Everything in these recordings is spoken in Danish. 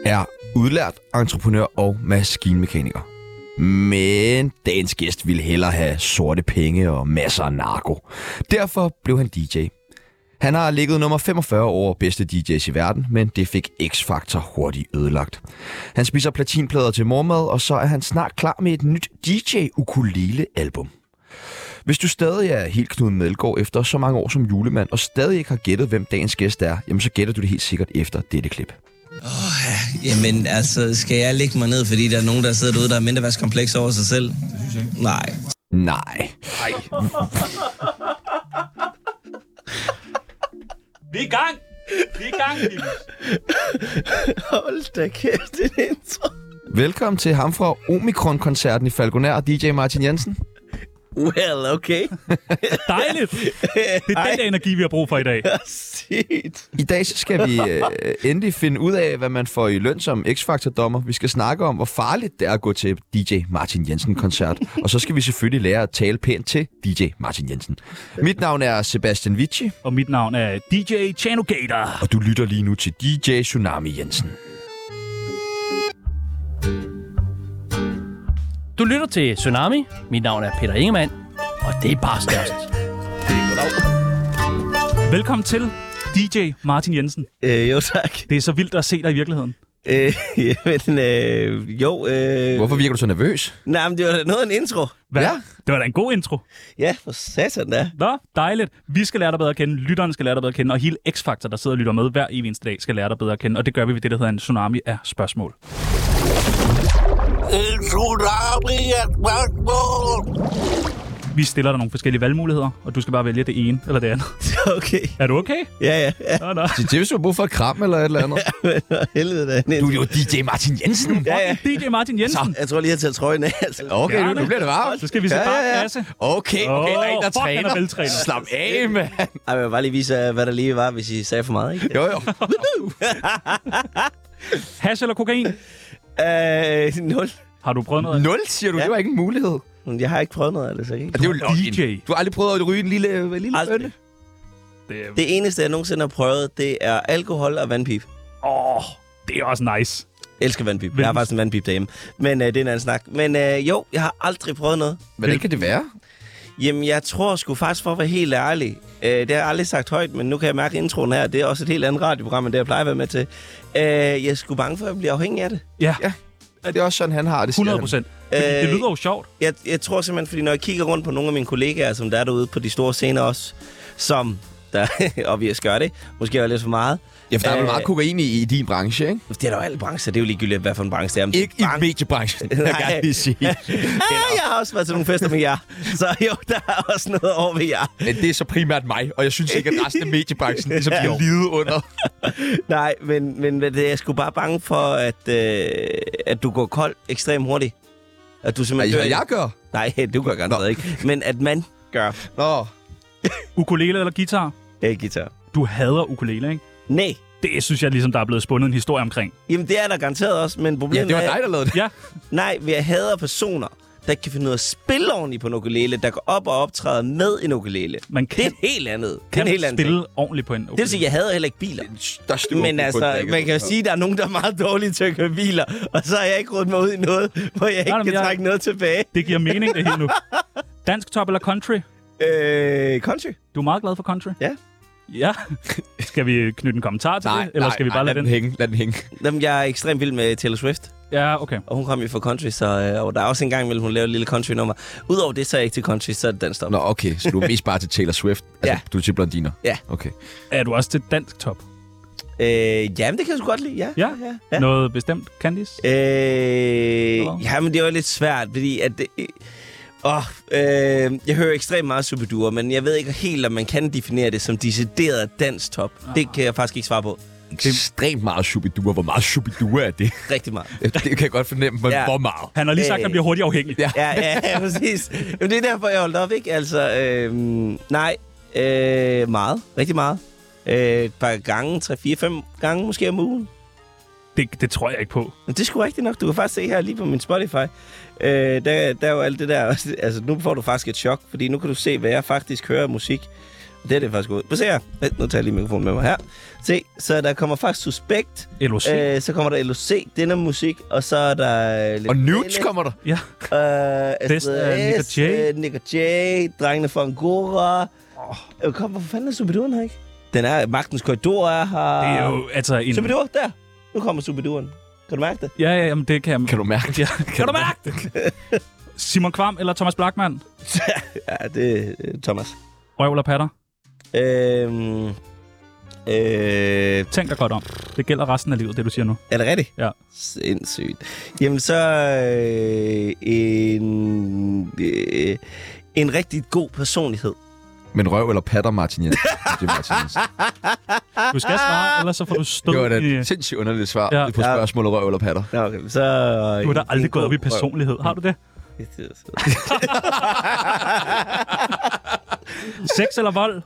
er udlært entreprenør og maskinmekaniker. Men dagens gæst ville hellere have sorte penge og masser af narko. Derfor blev han DJ. Han har ligget nummer 45 over bedste DJ's i verden, men det fik X-Factor hurtigt ødelagt. Han spiser platinplader til morgenmad, og så er han snart klar med et nyt DJ-ukulele-album. Hvis du stadig er helt Knud Meldgaard efter så mange år som julemand, og stadig ikke har gættet, hvem dagens gæst er, jamen så gætter du det helt sikkert efter dette klip. Jamen altså, skal jeg lægge mig ned, fordi der er nogen, der sidder derude, der er mindreværdskompleks over sig selv? Det synes jeg ikke. Nej. Vi er i gang! Linus. Hold da kæft, det er intro. Velkommen til ham fra Omikron-koncerten i Falconer, DJ Martin Jensen. Well, okay. Dejligt! Det er den energi, vi har brug for i dag. I dag så skal vi endelig finde ud af, hvad man får i løn som X-Factor-dommer. Vi skal snakke om, hvor farligt det er at gå til DJ Martin Jensen-koncert. Og så skal vi selvfølgelig lære at tale pænt til DJ Martin Jensen. Mit navn er Sebastian Vici. Og mit navn er DJ Chano Gator. Og du lytter lige nu til DJ Tsunami Jensen. Du lytter til Tsunami. Mit navn er Peter Ingemann, og det er bare størst. Velkommen til DJ Martin Jensen. Jo, tak. Det er så vildt at se dig i virkeligheden. Hvorfor virker du så nervøs? Nej, men det var da noget af en intro. Hvad? Ja. Det var da en god intro. Ja, for satan da. Nå, dejligt. Vi skal lære dig bedre at kende, lytterne skal lære dig bedre at kende, og hele X-Factor, der sidder og lytter med hver evig eneste dag, skal lære dig bedre at kende. Og det gør vi ved det, der hedder en tsunami af spørgsmål. En tsunami af spørgsmål. Vi stiller dig nogle forskellige valgmuligheder, og du skal bare vælge det ene eller det andet. Okay. Er du okay? Ja. Nå. Det er hvis du har brug for et kram eller et eller andet. Helvede da. Du er jo DJ Martin Jensen. Ja. DJ Martin Jensen. Jeg tror lige, jeg tager trøjen af. Altså. Okay, nu bliver det varmt. Så skal vi se bare kasse. Okay, der er en, der fuck, han er træner. veltrænet. Slap af, mand. Jeg vil bare lige vise, hvad der lige var, hvis I sagde for meget, ikke? Jo. Hash eller kokain? 0. Har du prøvet noget? 0, siger du. Ja. Det var ikke en mulighed. Jeg har ikke prøvet noget af det, så ikke? Det er jo DJ. Du har aldrig prøvet at ryge en lille Aldrig. bønne? Det eneste, jeg nogensinde har prøvet, det er alkohol og vandpip. Det er også nice. Jeg elsker vandpip. Jeg har faktisk en vandpip derhjemme. Men det er en anden snak. Men jo, jeg har aldrig prøvet noget. Hvordan kan det være? Jamen, jeg tror sgu faktisk, for at være helt ærlig, det har jeg aldrig sagt højt, men nu kan jeg mærke introen her, det er også et helt andet radioprogram, end det jeg plejer at være med til. Jeg er sgu bange for, at jeg bliver afhængig af det. Ja. Det er også sådan, han har det. 100%. Det lyder jo sjovt. Jeg tror simpelthen, fordi når jeg kigger rundt på nogle af mine kollegaer, som der er derude på de store scener også, som der obvious gør det, måske er lidt for meget. Ja, for der er vel meget kokain i din branche, ikke? Det er der jo alle brancher, det er jo ligegyldigt, hvad for en branche det er. Ikke i mediebranchen, kan jeg gerne lige sige. Jeg har også været til nogle fester med jer, så jo, der er også noget over ved jer. Men det er så primært mig, og jeg synes ikke, at resten af mediebranchen ligesom bliver lidet under. Nej, men det er sgu bare bange for, at du går kold ekstremt hurtigt. At du simpelthen Jeg gør. Nej, du gør garanteret ikke. Men at man gør. Nå. Ukulele eller guitar? Guitar. Du hader ukulele, ikke? Nej. Det synes jeg ligesom, der er blevet spundet en historie omkring. Jamen, det er der garanteret også, men Ja, problemet det var dig, der lavede det. Ja. Nej, jeg hader personer, der ikke kan finde ud af at spille ordentligt på en ukulele, der går op og optræder med en ukulele. Man Det er et helt andet. Det er kan en helt anden spille ting. ordentligt på en ukulele. Det vil sige, jeg hader heller ikke biler. Der stod Men altså, man kan jo sige, at der er nogen, der er meget dårlige til at køre biler, og så har jeg ikke rådet mig ud i noget, hvor jeg ikke kan trække noget tilbage. Det giver mening, det hele nu. Dansk top eller country? Country. Du er meget glad for country? Ja. Ja. Skal vi knytte en kommentar til det? Eller skal vi bare lade den hænge? Lad den hænge. Jamen, jeg er ekstremt vild med Taylor Swift, Ja, okay. og hun kom jo fra country, så og der er også en gang imellem, hun laver et lille country-nummer. Udover det, så er jeg ikke til country, så er det dansk top. Nå, okay. Så du er mest bare til Taylor Swift? Altså, Ja. du er til blondiner? Ja. Okay. Er du også til dansk top? Jamen, det kan jeg sgu godt lide, ja. Ja. Noget bestemt, Candice? Ja, men det er jo lidt svært, fordi at jeg hører ekstremt meget Superdure, men jeg ved ikke helt, om man kan definere det som decideret dansk top. Det kan jeg faktisk ikke svare på. Ekstremt meget Shubidua. Hvor meget Shubidua er det? Rigtig meget. Det kan jeg godt fornemme, men Ja. hvor meget? Han har lige sagt, at han bliver hurtigt afhængig. Ja. Ja, præcis. Jamen, det er derfor, jeg holdt op, ikke? Altså, meget. Rigtig meget. Et par gange, 3, 4, 5 gange måske om ugen. Det tror jeg ikke på. Men det er sgu rigtigt nok. Du kan faktisk se her lige på min Spotify. Der er jo alt det der. Altså, nu får du faktisk et chok, fordi nu kan du se, hvad jeg faktisk hører af musik. Det er det faktisk godt. Prøv at se her. Nu tager jeg lige mikrofonen med mig her. Se, så der kommer faktisk Suspekt. LOC. Så kommer der LOC, denne musik, og så er der... Og Nudes kommer der. Ja. Bedst af Nick og Jay. Nick og Jay, Drengene fra Angora. Hvorfor fanden er Subiduren her ikke? Den er... Magtens Korridor er her. Det er jo altså en... Subidur, der. Nu kommer Subiduren. Kan du mærke det? Ja, jamen det kan jeg... Kan du mærke det? Ja. Kan du mærke det? Simon Kvam eller Thomas Blachman? Ja, det er Thomas. Røv eller patter? Tænk dig godt om. Det gælder resten af livet, det du siger nu. Er det rigtigt? Ja. Sindssygt. Jamen så en rigtig god personlighed. Men røv eller patter, Martin Jensen? Det er Martin Jensen. Du skal svare, ellers så får du stød Det var da i... et sindssygt underligt svar Ja. på spørgsmålet røv eller patter. Nå, okay, så... Du har da aldrig gået op i personlighed. Har du det? Sex eller vold?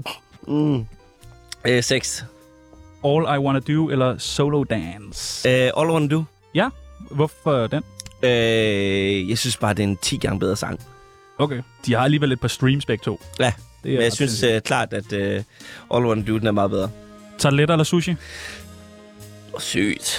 Sex. All I Wanna Do eller Solo Dance? All I Wanna Do. Ja, hvorfor den? Jeg synes bare, det er en 10 gange bedre sang. Okay. De har alligevel et par streams begge to. Ja, Det men jeg synes klart, at All I Wanna Do, den er meget bedre. Tarteletter eller sushi? Sygt.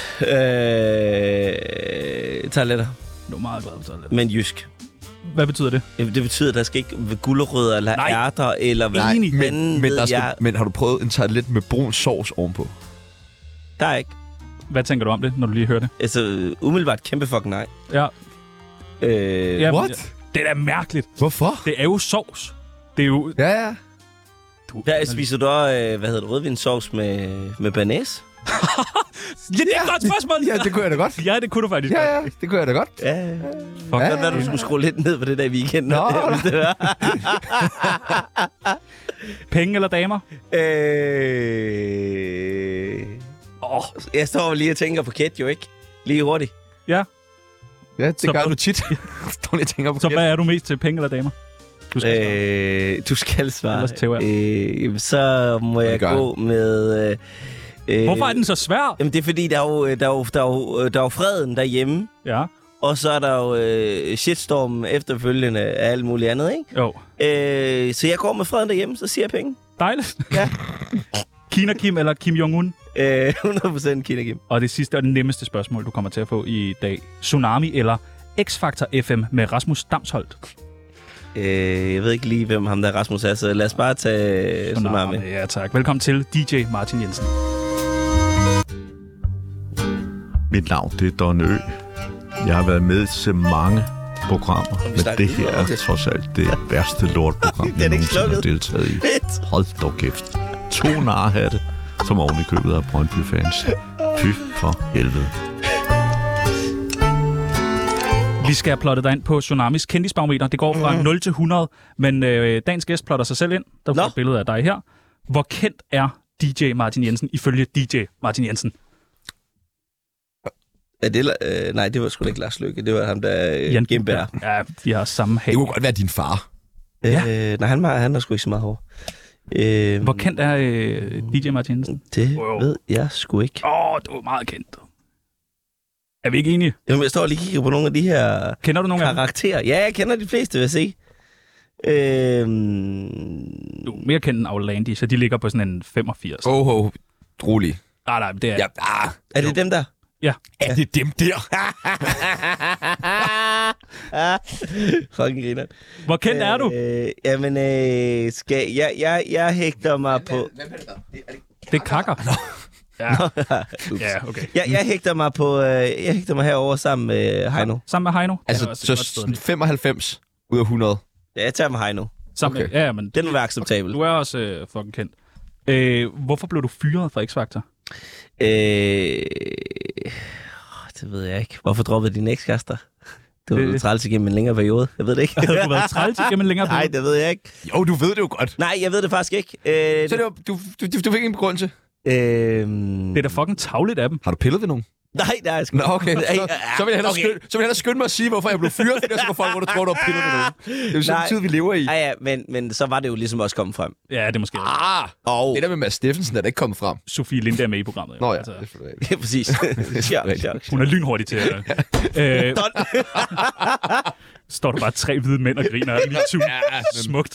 Tarteletter. Du er meget glad for tarteletter. Men jysk. Hvad betyder det? Det betyder, at der skal ikke være gulerødder eller Nej. ærter eller hvad. Nej, men, fanden men, ved der skal, jeg. men har du prøvet en tartelet med brun sovs ovenpå? Der er ikke. Hvad tænker du om det, når du lige hører det? Altså, umiddelbart kæmpe fucking nej. Ja. Ja, What? Det er da mærkeligt. Hvorfor? Det er jo sovs. Det er jo... Ja. Der spiser du også, rødvinssovs med banæs? Ja, det er et godt spørgsmål. Ja, det kunne jeg da godt. Ja, det kunne du faktisk godt. Ja, det kunne jeg da godt. Ja. Fuck, Godt være, du skulle skrue lidt ned på det der weekend. Nå. Hvis det var. Penge eller damer? Jeg står lige og tænker på Kate jo, ikke? Lige hurtigt. Ja. Ja, det Så gør hvad- du tit. Står lige og tænker på Så Kjeld. hvad er du mest til, penge eller damer? Du skal svare. Du skal svare. Ellers tæver jeg. Så må jeg gør gå med... Hvorfor er den så svær? Jamen, det er fordi, der er jo freden derhjemme. Ja. Og så er der jo shitstorm efterfølgende af alt muligt andet, ikke? Jo. Så jeg går med freden derhjemme, så siger jeg penge. Dejligt. Ja. Kina Kim eller Kim Jong-un? 100% Kina Kim. Og det sidste og det nemmeste spørgsmål, du kommer til at få i dag. Tsunami eller X-Factor FM med Rasmus Damsholdt? Jeg ved ikke lige, hvem ham der Rasmus er, så lad os bare tage Tsunami. Ja, tak. Velkommen til DJ Martin Jensen. Mit navn, det er Don Ø. Jeg har været med til mange programmer, men snakker det her videre, okay. er trods alt det værste lortprogram, Den er jeg ikke nogensinde har slukket. deltaget i. Fedt. Hold dog kæft. 2 narhatte, som oven i købet af Brøndby-fans. Fy for helvede. Vi skal have plottet dig ind på Tsunamis kendisbarometer. Det går fra 0 til 100, men dagens gæst plotter sig selv ind. Der får Nå. et billede af dig her. Hvor kendt er DJ Martin Jensen ifølge DJ Martin Jensen? Er det, nej, det var sgu da ikke Lars Løkke. Det var ham, der Jan Gindberg. Ja, de har samme Det hage. kunne godt være din far. Nej, han er sgu ikke så meget hård. Hvor kendt er DJ Martin Jensen? Det Wow. ved jeg sgu ikke. Du er meget kendt. Er vi ikke enige? Jamen, jeg står og lige kigger på nogle af de her Kender du nogle af dem? karakterer. Ja, jeg kender de fleste, vil jeg sige. Du er mere kendt end Aulandi, så de ligger på sådan en 85. Rolig. Nej, det er... Ja, Er det dem der? Ja. er det dem der? Fucking griner. Hvor kendt er du? Jamen, skal jeg hægter mig på... Det er kakker. Ja. Ja, okay. Jeg hægter mig på... Jeg hægter mig herover sammen med Heino. Sammen med Heino? Altså, Det er også et godt så sted at ligge. 95 ud af 100. Ja, jeg tager med Heino. Sammen okay. med, ja, men Den vil være acceptabel. du er også fucking kendt. Hvorfor blev du fyret fra X-Factor? Det ved jeg ikke. Hvorfor droppede din ekskærester? Du Det- var træls igennem en længere periode. Jeg ved det ikke. Havde du været træls igennem en længere Nej, periode? det ved jeg ikke. Jo, du ved det jo godt. Nej, jeg ved det faktisk ikke. Så det var, du fik ingen begrundelse. Det er da fucking tavligt af dem. Har du pillet ved nogen? Nej, det er jeg sgu. Nå, okay. Så vil jeg hellere, Okay. hellere skynde mig at sige, hvorfor jeg blev fyret, fordi så går folk rundt og tror, du har pillet ved nogen. Det er jo sådan en Nej. tid, vi lever i. Ja, men så var det jo ligesom også kommet frem. Ja, det er måske. Og Det der med Mads Steffensen er da ikke kommet frem. Sofie Linde er med i programmet. Nå ja, Altså, det er for det. ja, præcis. Chok. hun er lynhurtig til at... står der bare 3 hvide mænd og griner. Lige smukt.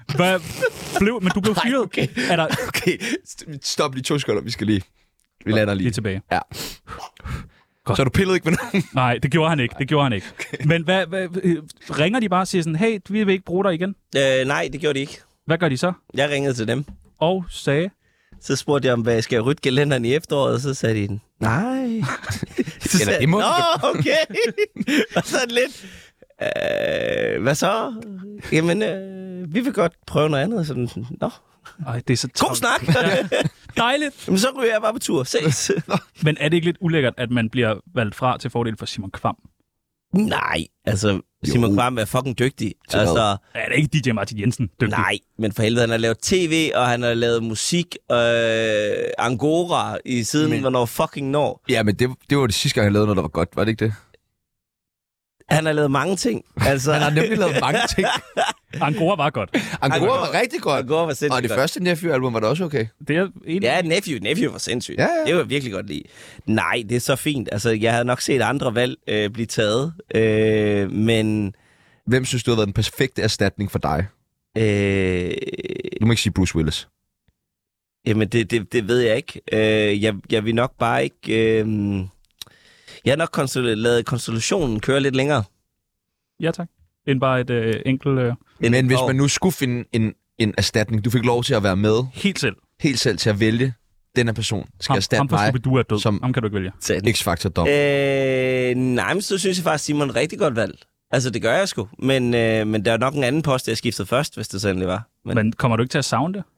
Men du blev fyret. Okay. Er der Okay, stop lige 2 sekunder. Vi lander lige. lige tilbage? Ja. Godt. Så du pillede ikke med nogen? Nej, det gjorde han ikke. Okay. Men hvad ringer de bare og siger sådan, hey, vi vil ikke bruge dig igen? Nej, det gjorde de ikke. Hvad gør de så? Jeg ringede til dem. Og sagde... Så spurgte jeg om, hvad jeg skal rydde gelenderen i efteråret, og så sagde de, nej. Så sagde jeg, nå, okay. Og så lidt, hvad så? Jamen, vi vil godt prøve noget andet. Sådan, nå. Ej, det er så God snak! Ja. Dejligt. Jamen, så ryger jeg bare på tur. Ses. Men er det ikke lidt ulækkert, at man bliver valgt fra til fordel for Simon Kvam? Nej, altså, Simon Kvam er fucking dygtig. Altså, Er det ikke DJ Martin Jensen dygtig? nej, men for helvede, han har lavet tv, og han har lavet musik, Angora, i siden hvornår fucking når. Ja, men det var det sidste gang, han lavede noget, der var godt. Var det ikke det? Han har lavet mange ting. Altså, Han har nemlig lavet mange ting. Angora var godt. Angora var rigtig godt. Angora var sindssygt Og det godt. første Nephew-album var da også okay. Det er en... Ja, Nephew var sindssygt. Ja, ja. Det var virkelig godt lide. Nej, det er så fint. Altså, jeg havde nok set andre valg blive taget, men... Hvem synes du har været den perfekte erstatning for dig? Du må ikke sige Bruce Willis. Jamen, det ved jeg ikke. Jeg vil nok bare ikke... jeg har nok lavet konstellationen køre lidt længere. Ja, tak. End bare et enkelt... Men hvis man nu skulle finde en erstatning, du fik lov til at være med Helt selv. til at vælge, den her person skal Ham erstatte fra mig Scooby-Doo er død. som Ham kan du ikke vælge. X-Factor-dom. Nej, men så synes jeg faktisk, Simon er rigtig godt valg. Altså, det gør jeg sgu. Men der er nok en anden post, jeg skiftede først, hvis det sådan det var. Men kommer du ikke til at savne det?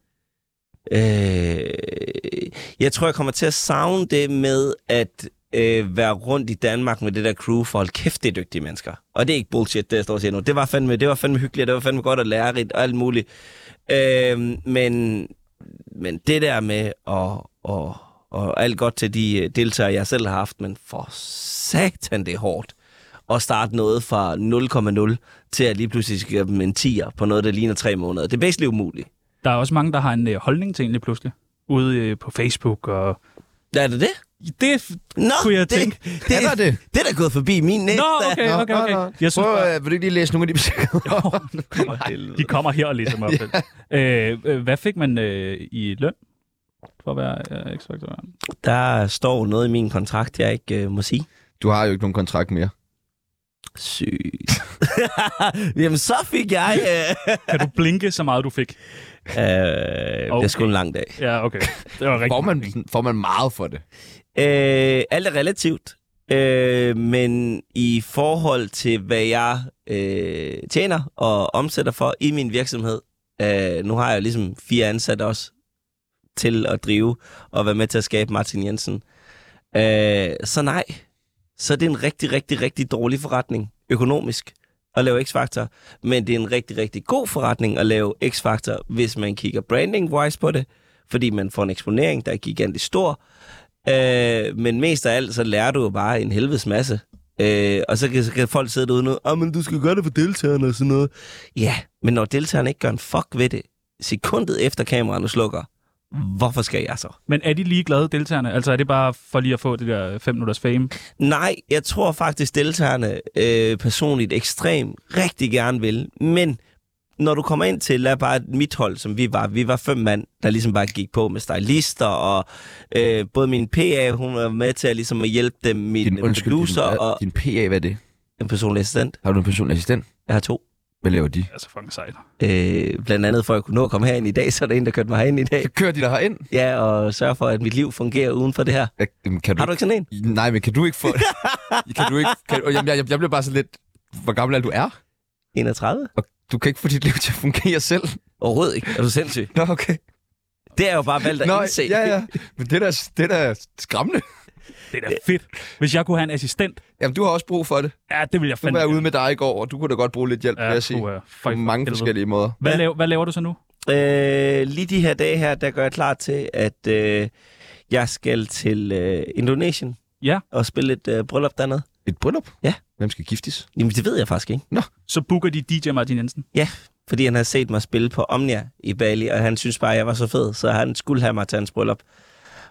Jeg tror, jeg kommer til at savne det med at være rundt i Danmark med det der crew, for hold kæft, det er dygtige mennesker. Og det er ikke bullshit, det jeg står og siger nu. Det var fandme hyggeligt, det var fandme godt og lærerigt og alt muligt. Men det der med og alt godt til de deltagere, jeg selv har haft, men for satan, det er hårdt at starte noget fra 0,0 til at lige pludselig skal give dem en 10'er på noget, der ligner 3 måneder. Det er basically umuligt. Der er også mange, der har en holdning til egentlig pludselig. Ude på Facebook og... Er det det? Det kunne jeg tænke. Det er da gået forbi min næste. Nå, okay. Jeg synes bare... Vil du ikke lige læse nogle af de beskeder? De kommer her og læser mig op. Hvad fik man i løn for at være X-Factor? Der står noget i min kontrakt, jeg ikke må sige. Du har jo ikke nogen kontrakt mere. Sygt. Jamen, så fik jeg... Kan du blinke så meget, du fik? Det er sgu en lang dag. Ja, okay. Det var rigtig Får man meget for det? Alt er relativt. Men i forhold til, hvad jeg tjener og omsætter for i min virksomhed, nu har jeg ligesom 4 ansatte også til at drive og være med til at skabe Martin Jensen. Så nej, så er det en rigtig, rigtig, rigtig dårlig forretning økonomisk at lave X-Factor, men det er en rigtig, rigtig god forretning at lave X-Factor, hvis man kigger branding-wise på det, fordi man får en eksponering, der er gigantisk stor. Men mest af alt, så lærer du jo bare en helvedes masse. Og så kan folk sidde derude nu, men du skal gøre det for deltagerne og sådan noget. Ja, men når deltagerne ikke gør en fuck ved det, sekundet efter kameraerne slukker, hvorfor skal jeg så? Men er de lige glade, deltagerne? Altså er det bare for lige at få det der 5 minutters fame? Nej, jeg tror faktisk, deltagerne personligt ekstremt rigtig gerne vil. Men når du kommer ind til, lad bare mit hold, som vi var 5 mand, der ligesom bare gik på med stylister, og både min PA, hun var med til at, ligesom at hjælpe dem, min producer og... Din PA, hvad er det? En personlig assistent. Har du en personlig assistent? Jeg har 2. Hvad laver de? Altså fucking sejt. Blandt andet for at kunne nå at komme herind i dag, så er der en, der kørte mig herind i dag. Så kører de dig herind? Ja, og sørge for, at mit liv fungerer uden for det her. Har du ikke sådan en? Nej, men kan du ikke få... Jeg bliver bare så lidt... Hvor gammel er du er? 31. Og du kan ikke få dit liv til at fungere selv? Overhovedet ikke. Er du sindssyg? Nå, okay. Det er jo bare valgt at indse. Ja. Men det er da skræmmende. Det er da fedt. Hvis jeg kunne have en assistent... Jamen, du har også brug for det. Ja, det vil jeg fandme. Du var ude med dig i går, og du kunne da godt bruge lidt hjælp, vil jeg sige. På mange forskellige måder. Hvad laver du så nu? Lige de her dage her, der gør jeg klar til, at jeg skal til Indonesien. Ja. Og spille et bryllup dernede. Et bryllup? Ja. Hvem skal giftes? Jamen, det ved jeg faktisk ikke. Nå. Så booker de DJ Martin Jensen? Ja, fordi han har set mig spille på Omnia i Bali, og han synes bare, at jeg var så fed, så han skulle have mig til hans bryllup.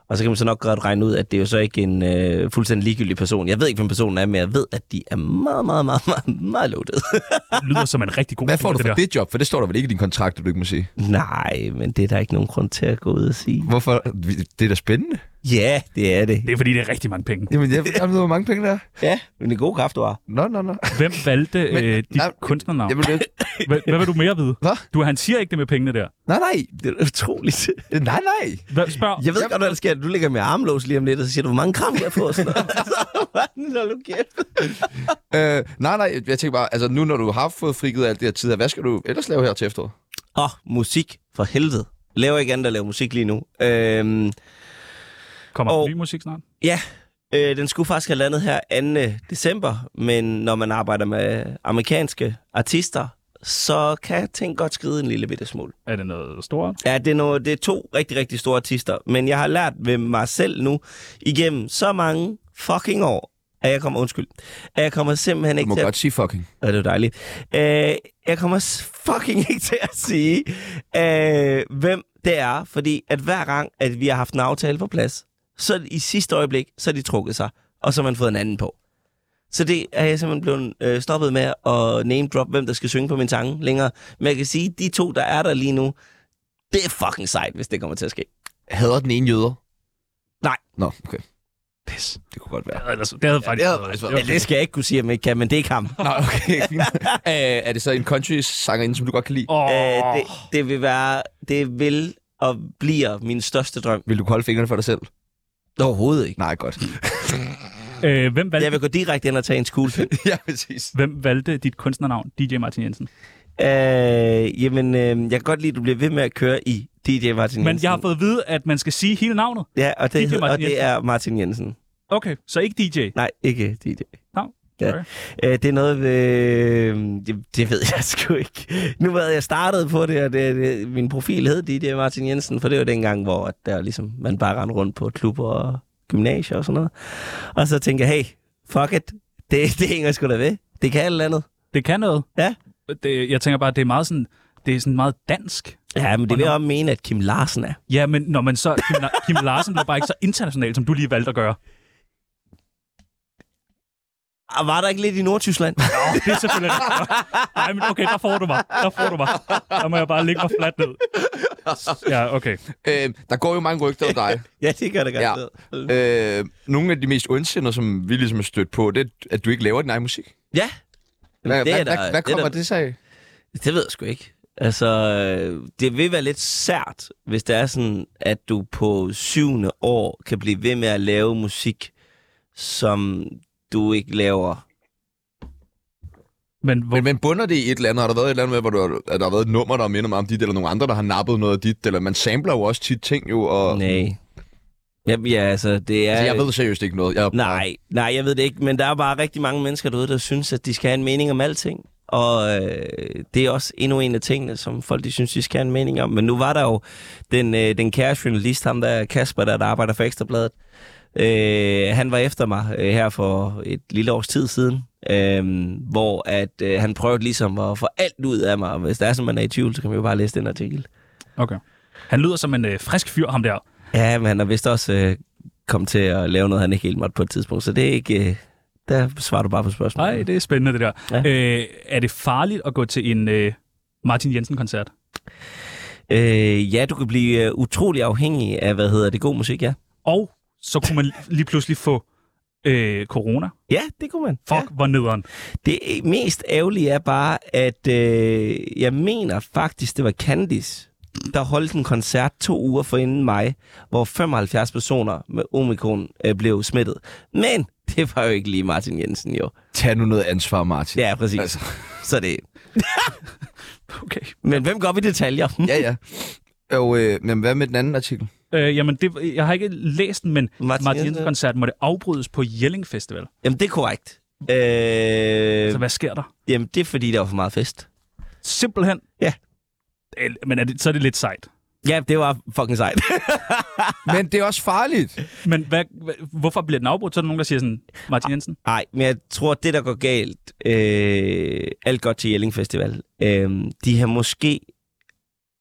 Og så kan man så nok godt regne ud, at det er jo så ikke en fuldstændig ligegyldig person. Jeg ved ikke, hvem personen er, men jeg ved, at de er meget, meget, meget, meget, meget loaded. Det lyder som en rigtig god... Hvad får du for der. det job? For det står der vel ikke i din kontrakt, at du ikke må sige. Nej, men det er der ikke nogen grund til at gå ud og sige. Hvorfor? Det er da spændende. Ja, det er det. Det er fordi, det er rigtig mange penge. Jamen, jeg ved, hvor mange penge der er. Ja, men det er god kraft, du har. Nå. Hvem valgte dit kunstnernavn? Hvad vil du mere vide? Hvad? Han siger ikke det med pengene der. Nej. Det er utroligt. Nej. Spørg. Jeg ved godt, hvad der sker. Du ligger med armlås lige om lidt, og så siger du, hvor mange kram jeg får. Nej, jeg tænker bare, altså nu når du har fået frigivet alt det her tid, hvad skal du ellers lave her til efteråret? Musik for helvede. Jeg laver ikke andet at lave musik lige nu. Kommer ny musik snart? Ja, den skulle faktisk have landet her 2. december, men når man arbejder med amerikanske artister, så kan ting godt skride en lille bitte smule. Er det noget stort? Ja, det er 2 rigtig, rigtig store artister, men jeg har lært ved mig selv nu, igennem så mange fucking år, at jeg kommer simpelthen ikke Du må til godt sige fucking. Ja, det er dejligt. Jeg kommer fucking ikke til at sige, hvem det er, fordi at hver gang, at vi har haft en aftale på plads, så i sidste øjeblik, så er de trukket sig, og så har man fået en anden på. Så det er jeg simpelthen blevet stoppet med at name drop, hvem der skal synge på min sange længere. Men jeg kan sige, de 2, der er der lige nu, det er fucking sejt, hvis det kommer til at ske. Hader den ene jøder? Nej. Nå, okay. Pis. Det kunne godt være. Det havde faktisk Ja, det skal jeg ikke kunne sige, om jeg ikke kan, men det er ikke ham. Nå, okay. Er det så en country-sangerinde, som du godt kan lide? Det vil være, det vil og bliver min største drøm. Vil du holde fingrene for dig selv? Overhovedet ikke. Nej, godt. Hvem valgte... Jeg vil gå direkte ind og tage en skuelpind. Ja, præcis. Hvem valgte dit kunstnernavn, DJ Martin Jensen? Jeg kan godt lide, at du bliver ved med at køre i DJ Martin Jensen. Men jeg har fået at vide, at man skal sige hele navnet. Ja, og det, DJ Martin det er Martin Jensen. Okay, så ikke DJ? Nej, ikke DJ. No. Ja. Det er noget ved... Det ved jeg sgu ikke. Nu ved jeg startet på det, og min profil hed DJ Martin Jensen, for det var dengang, hvor der ligesom, man bare rendte rundt på klubber og gymnasier og sådan noget. Og så tænkte jeg, hey, fuck it. Det hænger sgu da ved. Det kan alt andet. Det kan noget. Ja. Jeg tænker bare, det er meget sådan... Det er sådan meget dansk. Ja, men det vil jeg også mene, at Kim Larsen er. Ja, men når man så... Kim Larsen bliver bare ikke så international, som du lige valgte at gøre. Var der ikke lidt i Nordtyskland? Jo, det er selvfølgelig... Nej, men okay, der får du mig. Der må jeg bare lægge mig fladt ned. Ja, okay. Der går jo mange rygter om dig. Ja, det gør det godt. Ja. Nogle af de mest ondsindede, som vi ligesom har stødt på, det er, at du ikke laver din egen musik. Ja. Hvad kommer det så af? Det ved jeg sgu ikke. Altså, det vil være lidt sært, hvis det er sådan, at du på 7. år kan blive ved med at lave musik, som du ikke laver. Men bunder det i et eller andet? Har der været et eller andet med, hvor der har været et nummer, der minder mig om dit, eller nogle andre, der har nappet noget af dit? Eller man sampler jo også tit ting jo, og... Nej. Ja, altså, det er... Altså, jeg ved seriøst ikke noget. Nej, jeg ved det ikke, men der er bare rigtig mange mennesker derude, der synes, at de skal have en mening om alting. Og det er også endnu en af tingene, som folk de synes, de skal have en mening om. Men nu var der jo den kære journalist, ham der Kasper, der arbejder for Ekstrabladet. Han var efter mig her for et lille års tid siden, hvor at han prøvede ligesom at få alt ud af mig. Og hvis der er sådan, man er i tvivl, så kan man jo bare læse den artikel. Okay. Han lyder som en frisk fyr, ham der. Ja, men han har vist også kommet til at lave noget, han ikke helt måtte på et tidspunkt. Så det er ikke... Der svarer du bare på spørgsmålet. Nej, det er spændende, det der. Ja. Er det farligt at gå til en Martin Jensen-koncert? Ja, du kan blive utrolig afhængig af, god musik, ja. Og så kunne man lige pludselig få corona. Ja, det kunne man. Fuck, hvor nederen. Det mest ærgerlige er bare, at jeg mener faktisk, det var Candice, der holdt en koncert 2 uger forinden mig, hvor 75 personer med omikron blev smittet. Men det var jo ikke lige Martin Jensen, jo. Tag nu noget ansvar, Martin. Ja, præcis. Altså. Så det... Okay. Men hvem går vi detaljer? Ja. Og men hvad med den anden artikel? Jamen, jeg har ikke læst den, men Martin Jensen-koncert må det afbrydes på Jelling Festival. Jamen, det er korrekt. Så hvad sker der? Jamen, det er fordi, der var for meget fest. Simpelthen? Ja. Men så er det lidt sejt. Ja, det var fucking sejt. Men det er også farligt. Men hvorfor bliver den afbrudt? Så er der nogen, der siger sådan, Martin Jensen? Nej, men jeg tror, det der går galt, alt godt til Jelling Festival, de har måske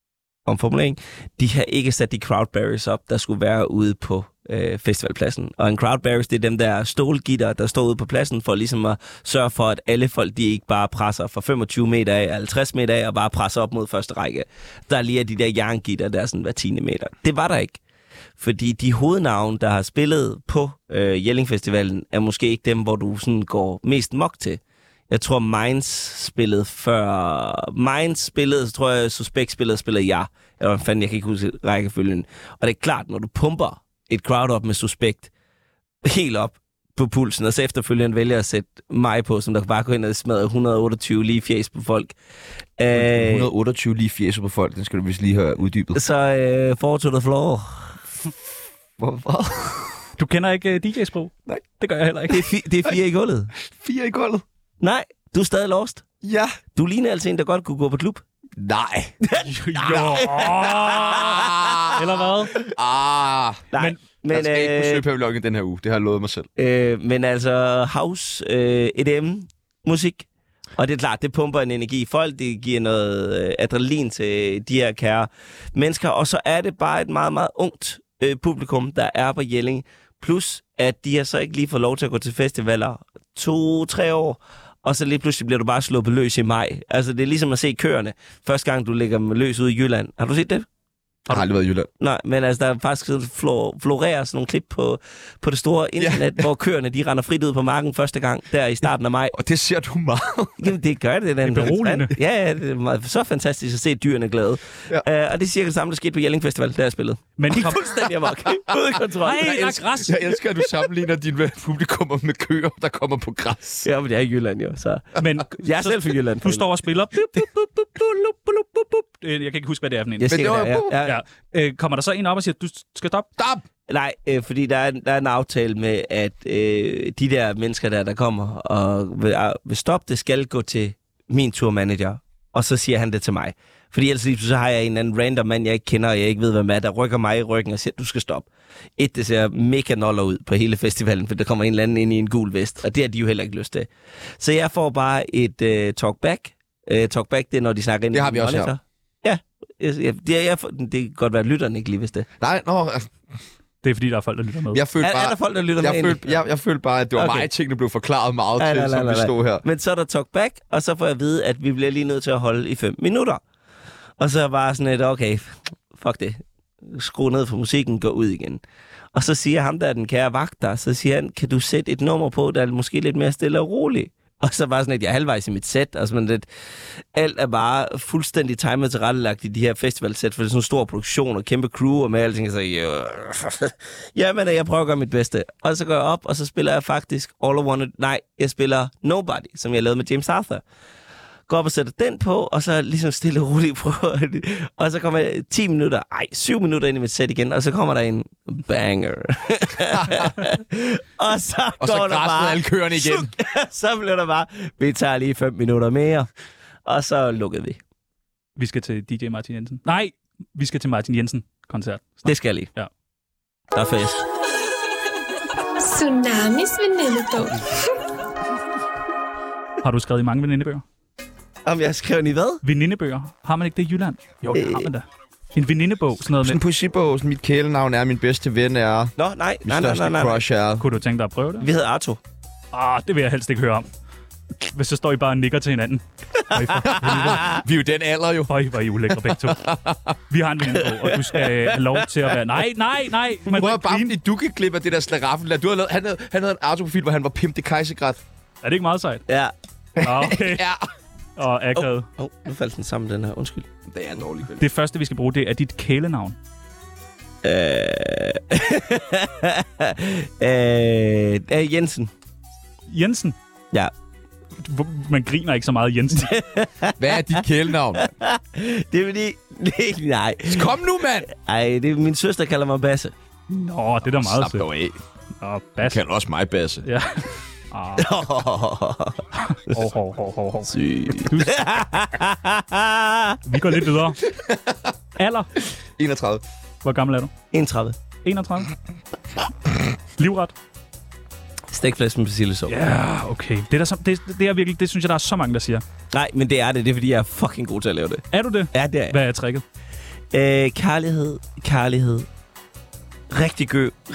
om formulering, de har ikke sat de crowd barriers op, der skulle være ude på festivalpladsen. Og en crowd barriers, det er dem der stålgitter, der står ude på pladsen, for ligesom at sørge for, at alle folk, de ikke bare presser fra 25 meter af, 50 meter af, og bare presser op mod første række. Der er lige de der jerngitter, der er sådan hver 10 meter. Det var der ikke. Fordi de hovednavne, der har spillet på Jelling Festivalen, er måske ikke dem, hvor du sådan går mest mok til. Jeg tror, Minds spillede før... Minds spillede, så tror jeg, Suspekt spillede jeg. Eller hvad fanden, jeg kan ikke huske rækkefølgen. Og det er klart, når du pumper et crowd op med Suspekt helt op på pulsen, og så efterfølgende vælger at sætte mig på, som der bare går ind og smadrer 128 lige fjes på folk. 128 lige fjes på folk, den skal du vist lige have uddybet. Så fall to the floor. Hvorfor? Du kender ikke DJ-sprog? Nej. Det gør jeg heller ikke. Det er 4 i gulvet. 4 i gulvet? Nej, du er stadig lost. Ja. Du ligner altså en, der godt kunne gå på klub. Nej. Jo. Eller hvad? Nej, men jeg skal ikke på Søpavillonen den her uge. Det har jeg lovet mig selv. Men altså house, EDM-musik. Og det er klart, det pumper en energi. Folk, det giver noget adrenalin til de her kære mennesker. Og så er det bare et meget, meget ungt publikum, der er på Jelling. Plus, at de har så ikke lige fået lov til at gå til festivaler 2-3 år. Og så lige pludselig bliver du bare sluppet løs i maj. Altså, det er ligesom at se køerne. Første gang, du lægger dem løs ud i Jylland. Har du set det? Jeg har aldrig været i Jylland. Nej, men altså, der er faktisk florerer sådan nogle klip på det store internet, hvor køerne, de render frit ud på marken første gang, der i starten af maj. Og det ser du meget. Jamen, det gør det. Det er beroligende. Ja, det er så fantastisk at se dyrene glade. Ja. Og det er cirka det samme, der skete på Jelling Festival, der jeg spillede. Men de er fuldstændig amok. Ude kontrol. Nej, der er græs. Jeg elsker, at du sammenligner dine publikummer med køer, der kommer på græs. Ja, men det er i Jylland jo, så... Men jeg er selv fra Jylland. Du står og spiller. Jeg kan ikke huske, hvad det er for en. Jeg siger, ja. Kommer der så en op og siger, du skal stoppe? Stop! Nej, fordi der er en aftale med, at de der mennesker, der kommer og vil stoppe, det skal gå til min turmanager. Og så siger han det til mig. Fordi ellers lige så har jeg en anden random mand, jeg ikke kender, og jeg ikke ved, hvem er, der rykker mig i ryggen og siger, du skal stoppe. Det ser mega noller ud på hele festivalen, for der kommer en eller anden ind i en gul vest, og det har de jo heller ikke lyst til. Så jeg får bare et talkback. Talkback, det er, når de snakker ind i det har vi også her. Ja, det kan godt være, at lytterne ikke lige vidste det. Nej, det er fordi, der er folk, der lytter med. Er der folk, der lytter med? Jeg følte bare, at det var mig, tingene blev forklaret meget til, som vi stod her. Men så er der talkback, og så får jeg at vide, at vi bliver lige nødt til at holde i 5 minutter. Og så var sådan et, okay, fuck det. Skru ned for musikken, gå ud igen. Og så siger ham, der er den kære vagter, så siger han, kan du sætte et nummer på, der er måske lidt mere stille og roligt? Og så var sådan, at jeg er halvvejs i mit sæt, og sådan lidt, alt er bare fuldstændig timet til rettelagt i de her festivalsæt, for det er sådan en stor produktion og kæmpe crew og med alting, og så jamen, jeg prøver at gøre mit bedste. Og så går jeg op, og så spiller jeg faktisk jeg spiller Nobody, som jeg lavede med James Arthur. Går op og sætter den på, og så ligesom stille og roligt prøver det. Og så kommer jeg 7 minutter ind i mit sæt igen, og så kommer der en banger. og så går der bare... alle køerne igen. Så bliver der bare, vi tager lige 5 minutter mere. Og så lukkede vi. Vi skal til DJ Martin Jensen. Nej, vi skal til Martin Jensen-koncert. Det skal jeg lige. Ja. Der er fest. Tsunamis venindebog. Har du skrevet i mange venindebøger? Om jeg skrev i hvad? Venindebøger. Har man ikke det i Jylland? Jo, det har man da. En venindebog, sådan noget med... Sådan en poesibog, sådan mit kælenavn er, min bedste ven er... Nå, nej. Crush er... Kunne du tænke dig at prøve det? Vi hedder Arto. Det vil jeg helst ikke høre om. Hvis så står I bare og nikker til hinanden. Vi er jo den alder, jo. Hvor I ulækre begge to. Vi har en venindebog, og du skal have lov til at være... Nej. Prøv bare fordi du kan klippe af det der slaraffen. Han havde en Arto-profil, hvor han var Pimp det Kejsegrat. Er det ikke meget sejt? Ja. Okay. Ja. Og akavet. Nu faldt den sammen, den her. Undskyld. Det er dårligt. Det første, vi skal bruge, det er dit kælenavn. Jensen. Jensen? Ja. Man griner ikke så meget Jensen. Hvad er dit kælenavn? Det er fordi... Nej. Kom nu, mand! Ej, det er min søster kalder mig Basse. Nå, det er da meget sødt. Slap dog af. Nå, Basse. Du kan også mig, Basse. Ja. Sygt. Vi går lidt videre. Alder? 31. Hvor gammel er du? 31. 31. Livret? Stegflæsk med persillesauce. Ja, okay. Det er virkelig, det synes jeg, der er så mange, der siger. Nej, men det er det. Det er, fordi jeg er fucking god til at lave det. Er du det? Ja, det er jeg. Hvad er tricket? Kærlighed. Rigtig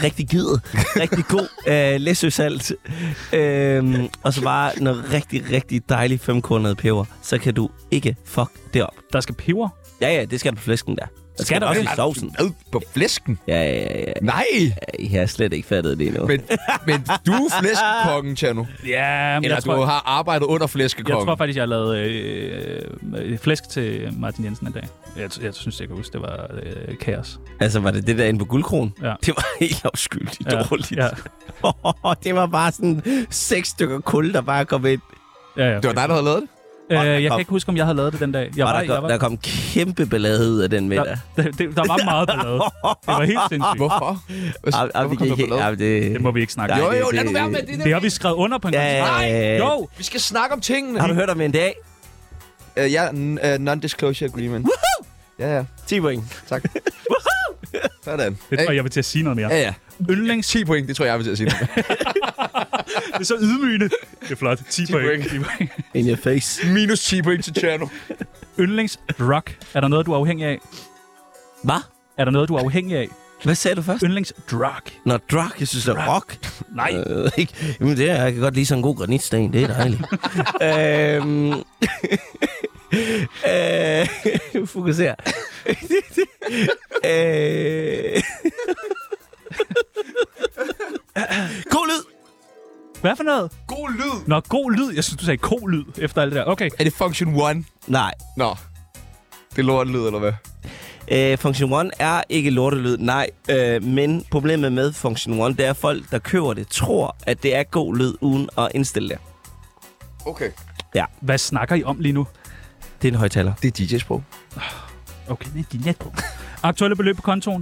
god læsøsalt. Og så bare noget rigtig dejligt 5-kornet peber. Så kan du ikke fuck det op. Der skal peber. Ja, det skal på flæsken der. Skal der også det? i sovsen. På flæsken? Ja. Nej! Jeg har slet ikke fattet det endnu. Men du er flæskekongen, Tjerno. Ja, men Eller du har arbejdet under flæskekongen. Jeg tror faktisk, jeg har lavet flæsk til Martin Jensen i dag. Jeg synes, jeg kan huske, det var kaos. Altså, var det der inde på Guldkronen? Ja. Det var helt afskyldigt dårligt. Ja. Det var bare sådan 6 stykker kul, der bare kom ind. Ja. Det var dig, der havde lavet det? Jeg kan ikke huske, om jeg havde lavet det den dag. Der kom kæmpe ballade ud af den middag. Der var meget ballade. Det var helt sindssygt. Hvorfor? Det må vi ikke snakke om. Jo, lad nu være med det. Det har vi skrevet under på en Nej, jo, vi skal snakke om tingene. Har du hørt om en dag? Ja, non-disclosure agreement. Woohoo! Ja. 10 point. Tak. Sådan. Det tror jeg vil til at sige noget mere. Ja. Yndlings 10 point, det tror jeg vil til at sige noget mere. Det er så ydmygende. Det er flot. 10 point. In your face. Minus 10 point til Tjerno. Yndlingsdrug. Er der noget, du er afhængig af? Hvad? Er der noget, du er afhængig af? Hvad sagde du først? Yndlingsdrug. Nå, drug. Jeg synes, det er rock. Nej. Ikke. Jamen, det er, jeg kan godt lide sådan en god granitsten. Det er dejligt. Fokuser. God lyd. Hvad for noget? God lyd. Nå, god lyd. Jeg synes, du sagde ko-lyd efter alt det der. Okay. Er det Function 1? Nej. Nå. Det er lortelyd, eller hvad? Function 1 er ikke lortelyd, nej. Men problemet med Function 1, det er, at folk, der køber det, tror, at det er god lyd, uden at indstille det. Okay. Ja. Hvad snakker I om lige nu? Det er en højtaler. Det er DJ-sprog. Okay, det er din netbog. Aktuelle beløb på kontoen?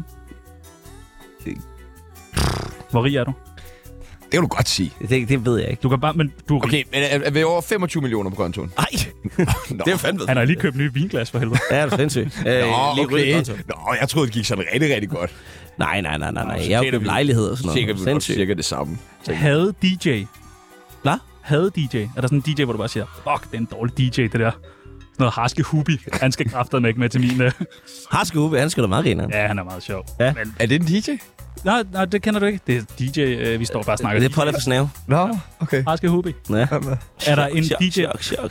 Hvor rig er du? Det kan du godt sige. Det ved jeg ikke. Du kan bare... Men du er rig. Okay, men er vi over 25 millioner på kontoen? Nej. Det er fandme. Han har lige købt nye vinglas for helvede. Ja, det er sindssygt. Nå, okay. Nå, jeg troede, det gik sådan rigtig godt. Nej. Jeg har jo købt lejlighed og sådan noget. Sikkert cirka det samme. Havde DJ. Hvad? Havde DJ. Er der sådan en DJ, hvor du bare siger, fuck, det er en dårlig DJ, det der. Noget harske hubi. Han skal kraftedeme ikke med til min... Harske Ube, han skal da meget grine. Ja, han er meget sjov. Ja. Men... Er det en DJ? Nej, det kender du ikke. Det er DJ, vi står bare og snakker. Det er Polle for Snave. Nå, okay. Harske hubi. Ja. Er der en DJ... Chok.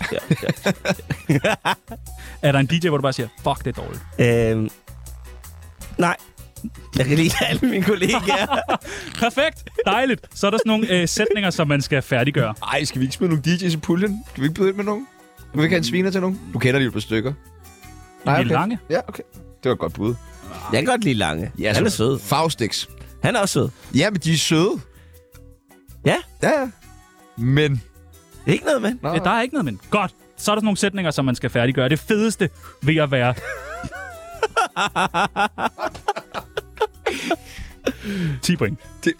Er der en DJ, hvor du bare siger, fuck, det er dårligt? Nej. Jeg kan lide alle mine kollegaer. Perfekt. Dejligt. Så er der sådan nogle sætninger, som man skal færdiggøre. Ej, skal vi ikke smide nogle DJ's i puljen? Skal vi ikke byde ind med nogen? Skal vi ikke have en sviner til nogen? Du kender de jo på stykker. Nej, okay. Lange? Ja, okay. Det var et godt bud. Jeg kan godt lide Lange. Ja, han er sød. Faustix. Han er også sød. Ja, men de er søde. Ja. Ja. Men... Ikke noget, men. Ja, der er ikke noget, men. Godt. Så er der sådan nogle sætninger, som man skal færdiggøre. Det fedeste ved at være... 10 point.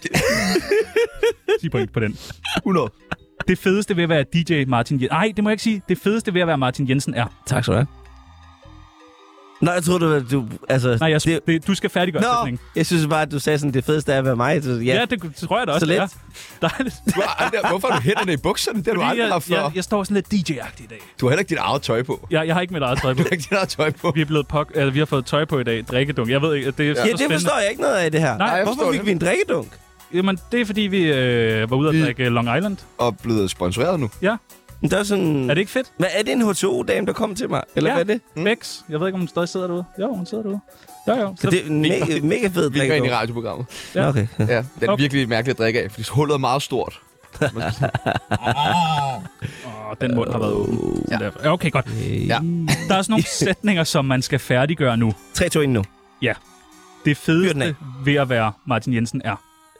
10 point på den. 100. Det fedeste ved at være DJ Martin Jensen... Nej, det må jeg ikke sige. Det fedeste ved at være Martin Jensen er... Tak skal du have. Nå, jeg troede, du altså... Nej, du skal færdiggøre sætningen. Jeg synes bare, at du sagde sådan, det fedeste er at være mig. Så, ja, det tror jeg da også. Så let. Ja. Dejligt. Hvorfor har du hænderne i bukserne? Det har du aldrig haft før. Jeg står sådan lidt DJ-agtig i dag. Du har heller ikke dit eget tøj på. Jeg har ikke mit eget tøj på. Du har ikke dit eget tøj på. Vi har fået tøj på i dag. Drikkedunk. Jeg ved ikke, det er så det forstår jeg ikke noget af det her. Nej, hvorfor fik vi en drikkedunk? Jamen, det er fordi, vi var ude at drikke Long Island. Og blevet sponsoreret nu. Ja. Det er, sådan... er det ikke fedt? Men er det en H2O-dame, der kom til mig? Eller hvad er det? Bex. Jeg ved ikke, om hun stadig sidder derude. Jo, hun sidder derude. Jo. Så det er en mega fed drikkedunk. Vi går ind i radioprogrammet. Ja. Okay. Ja, det er virkelig mærkeligt at drikke af, fordi hullet er meget stort. Den mund har været åben. Ja. Okay, godt. Ja. Der er sådan nogle sætninger, som man skal færdiggøre nu. 3, 2, 1 nu. Ja. Det fedeste ved at være Martin Jensen er?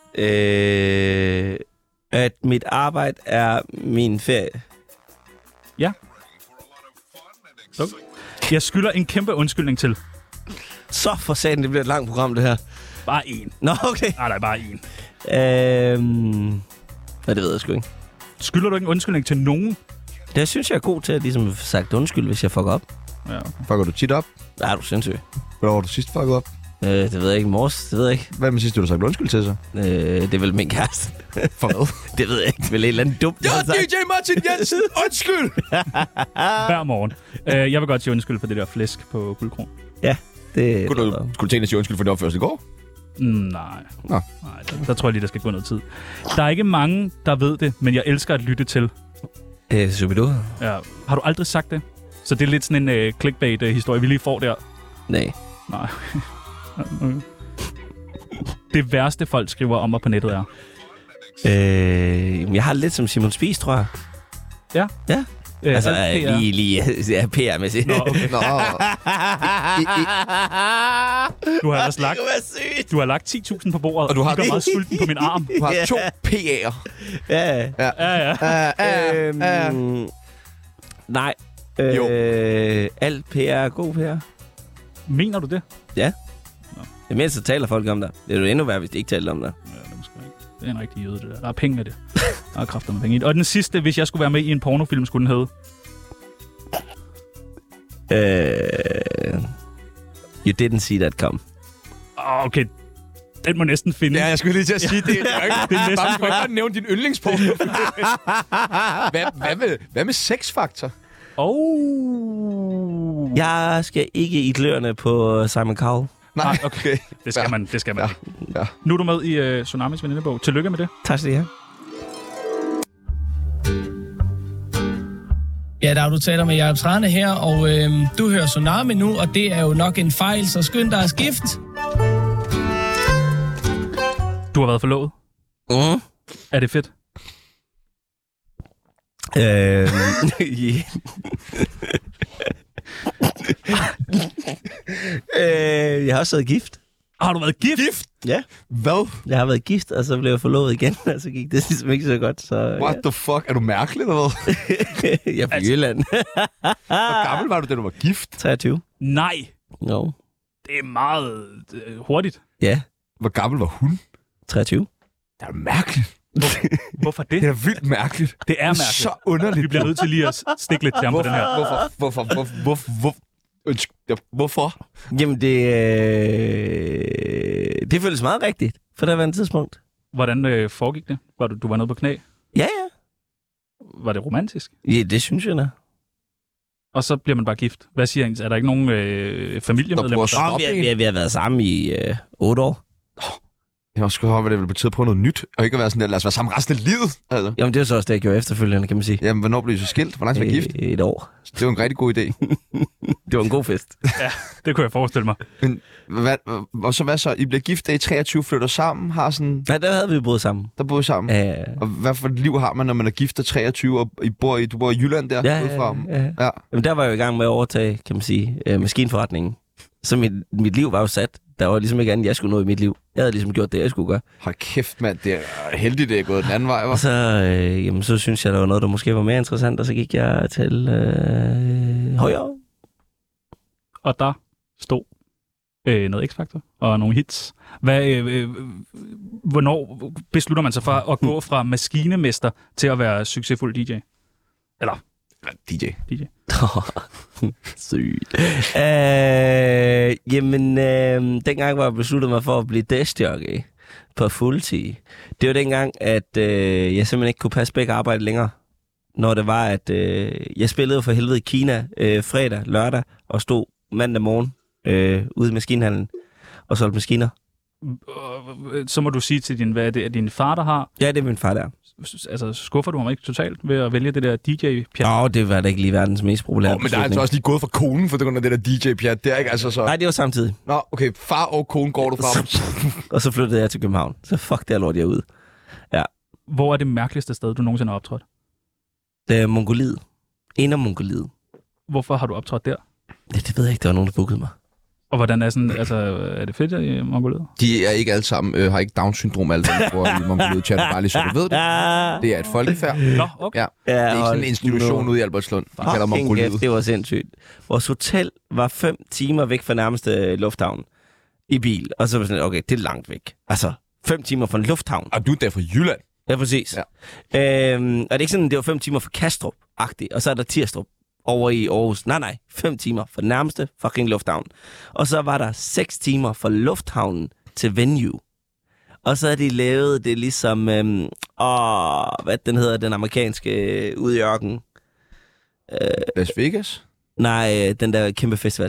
At mit arbejde er min ferie. Ja. Jeg skylder en kæmpe undskyldning til. Så for satan, det bliver et langt program, det her. Bare én. Nå, okay. Nej, bare én. Det ved jeg sgu ikke. Skylder du ikke en undskyldning til nogen? Det synes jeg er god til at ligesom sagt undskyld, hvis jeg fucker op. Ja, okay. Fucker du tit op? Nej, er du sindssyg. Hvornår var du sidst fucket op? Det ved jeg ikke. Mors, det ved jeg ikke. Hvad med sidst, du har sagt undskyld til så? Det er vel min kæreste. For hvad? Det ved jeg ikke. Vel et eller andet dumt. Ja, DJ Martin Jensen! Undskyld! Hver morgen. Jeg vil godt sige undskyld for det der flæsk på Guldkron. Ja. Det Skulle du tænke at sige undskyld for det opførsel i går? Nej. Nå. Nej, der tror jeg lige, der skal gå noget tid. Der er ikke mange, der ved det, men jeg elsker at lytte til. Superdu. Ja. Har du aldrig sagt det? Så det er lidt sådan en clickbait-historie, vi lige får der. Nej. Nej. Det værste, folk skriver om mig på nettet er? Jeg har lidt som Simon Spies, tror jeg. Ja? Ja. Altså, PR. lige PR-mæssigt. Nå, okay. Nå. Du har ellers lagt, Det var sygt. du har lagt 10.000 på bordet, Og du har kigger meget sulten på min arm. Du har 2 PA'er. Ja. Ja. Nej. Jo. Alt PR er god PR. Mener du det? Ja. Det mindste taler folk om dig. Det er jo endnu værre, hvis de ikke taler om dig. Ja, det er måske ikke. Det er en rigtig jøde, det der. Der er penge med det. Der er kræfter med penge i det. Og den sidste, hvis jeg skulle være med i en pornofilm, skulle den hedde? You didn't see that come. Okay, den må næsten finde. Ja, jeg skulle lige til at sige det. Det er ikke Det er næsten bare, du kan ikke nævne din yndlingsporno. Hvad med sexfaktor? Jeg skal ikke i kløerne på Simon Cowell. Nej, okay. Det skal man. Det skal man. Ja. Nu er du med i Tsunamis venindebog. Tillykke med det. Tak skal I have. Ja, der du taler med Jacob Trane her, og du hører Tsunami nu, og det er jo nok en fejl, så skynd dig at skifte. Du har været forlovet. Er det fedt? Yeah. Jeg har også været gift. Har du været gift? Ja. Hvad? Jeg har været gift, og så blev jeg forlovet igen, og så gik det ligesom ikke så godt. Så, What the fuck? Er du mærkelig eller hvad? Jeg er fra Jylland. Hvor gammel var du, da du var gift? 23. Nej. Jo. Det er meget hurtigt. Ja, Hvor gammel var hun? 23. Det er mærkeligt. Hvorfor det? Det er vildt mærkeligt. Det er mærkeligt. Så underligt. Vi bliver nødt til lige at stikke lidt til ham på den her. Hvorfor? Jamen, det føles meget rigtigt, for der var en tidspunkt. Hvordan foregik det? Du var nede på knæ? Ja, ja. Var det romantisk? Ja, det synes jeg da. Og så bliver man bare gift. Hvad siger han? Er der ikke nogen familiemedlemmer? Vi har været sammen i 8 år. Jeg har sgu håbe, at det ville betyde på noget nyt, og ikke at være sådan der, lad os være sammen resten af livet. Altså. Jamen, det er så også det, jeg gjorde efterfølgende, kan man sige. Jamen, hvornår blev I så skilt? Hvor lang tid var I gift? Et år. Det var en rigtig god idé. Det var en god fest. Ja, det kunne jeg forestille mig. Men hvad så? I bliver gift, I 23, flytter sammen, har sådan... Nej, der havde vi boet sammen. Der bor I sammen? Og hvad for et liv har man, når man er gift af 23, og du bor i Jylland der? Ja. Jamen, der var jeg jo i gang med at overtage, kan man sige, maskinforretningen. Så mit liv var jo sat. Der var ligesom ikke andet, jeg skulle nå i mit liv. Jeg havde ligesom gjort det, jeg skulle gøre. Hold kæft, mand. Det er heldigt, det er gået den anden vej, Og så synes jeg, der var noget, der måske var mere interessant, og så gik jeg til højere. Og der stod noget X-Factor og nogle hits. Hvornår beslutter man sig for at gå fra maskinemester til at være succesfuld DJ? Eller DJ. Sygt. Dengang var jeg besluttet mig for at blive deskjockey på fuldtid. Det var dengang, at jeg simpelthen ikke kunne passe begge arbejde længere. Når det var, at jeg spillede for helvede i Kina fredag, lørdag, og stod mandag morgen ude i maskinhallen og solgte maskiner. Så må du sige til hvad er det din far, der har? Ja, det er min far der. Altså, skuffer du ham ikke totalt ved at vælge det der DJ-pjat? Det var da ikke lige verdens mest populære men der er altså også lige gået fra konen, for det der DJ-pjat. Det er ikke altså så... Nej, det var samtidig. Nå, okay. Far og kone går du fra. Og så flyttede jeg til København. Så fuck, der lort jeg ud. Ja. Hvor er det mærkeligste sted, du nogensinde har optrådt? Det er Mongoliet. Mongoliet. Hvorfor har du optrådt der? Ja, det ved jeg ikke. Der var nogen, der bookede mig. Og hvordan er sådan, altså, er det fedt i Mongoliet? De er ikke alle sammen, har ikke Down-syndrom, alle dem, hvor i Mongoliet chatter, bare lige så du ved det. Det er et folkefærd. Nå, okay. Ja. Det er ikke sådan en institution ude i Albertslund. Vi kalder Mongoliet. Det var sindssygt. Vores hotel var 5 timer væk fra nærmeste lufthavn i bil. Og så var sådan, okay, det er langt væk. Altså, 5 timer fra en lufthavn. Og du er der fra Jylland. Ja, præcis. Ja. Og det er ikke sådan, det var 5 timer fra Kastrup-agtigt, og så er der Tirstrup over i Aarhus. Nej, 5 timer fra nærmeste fucking lufthavn. Og så var der 6 timer fra lufthavnen til venue. Og så har de lavet det ligesom, hvad den hedder, den amerikanske ude i ørken. Las Vegas? Nej, den der kæmpe festival.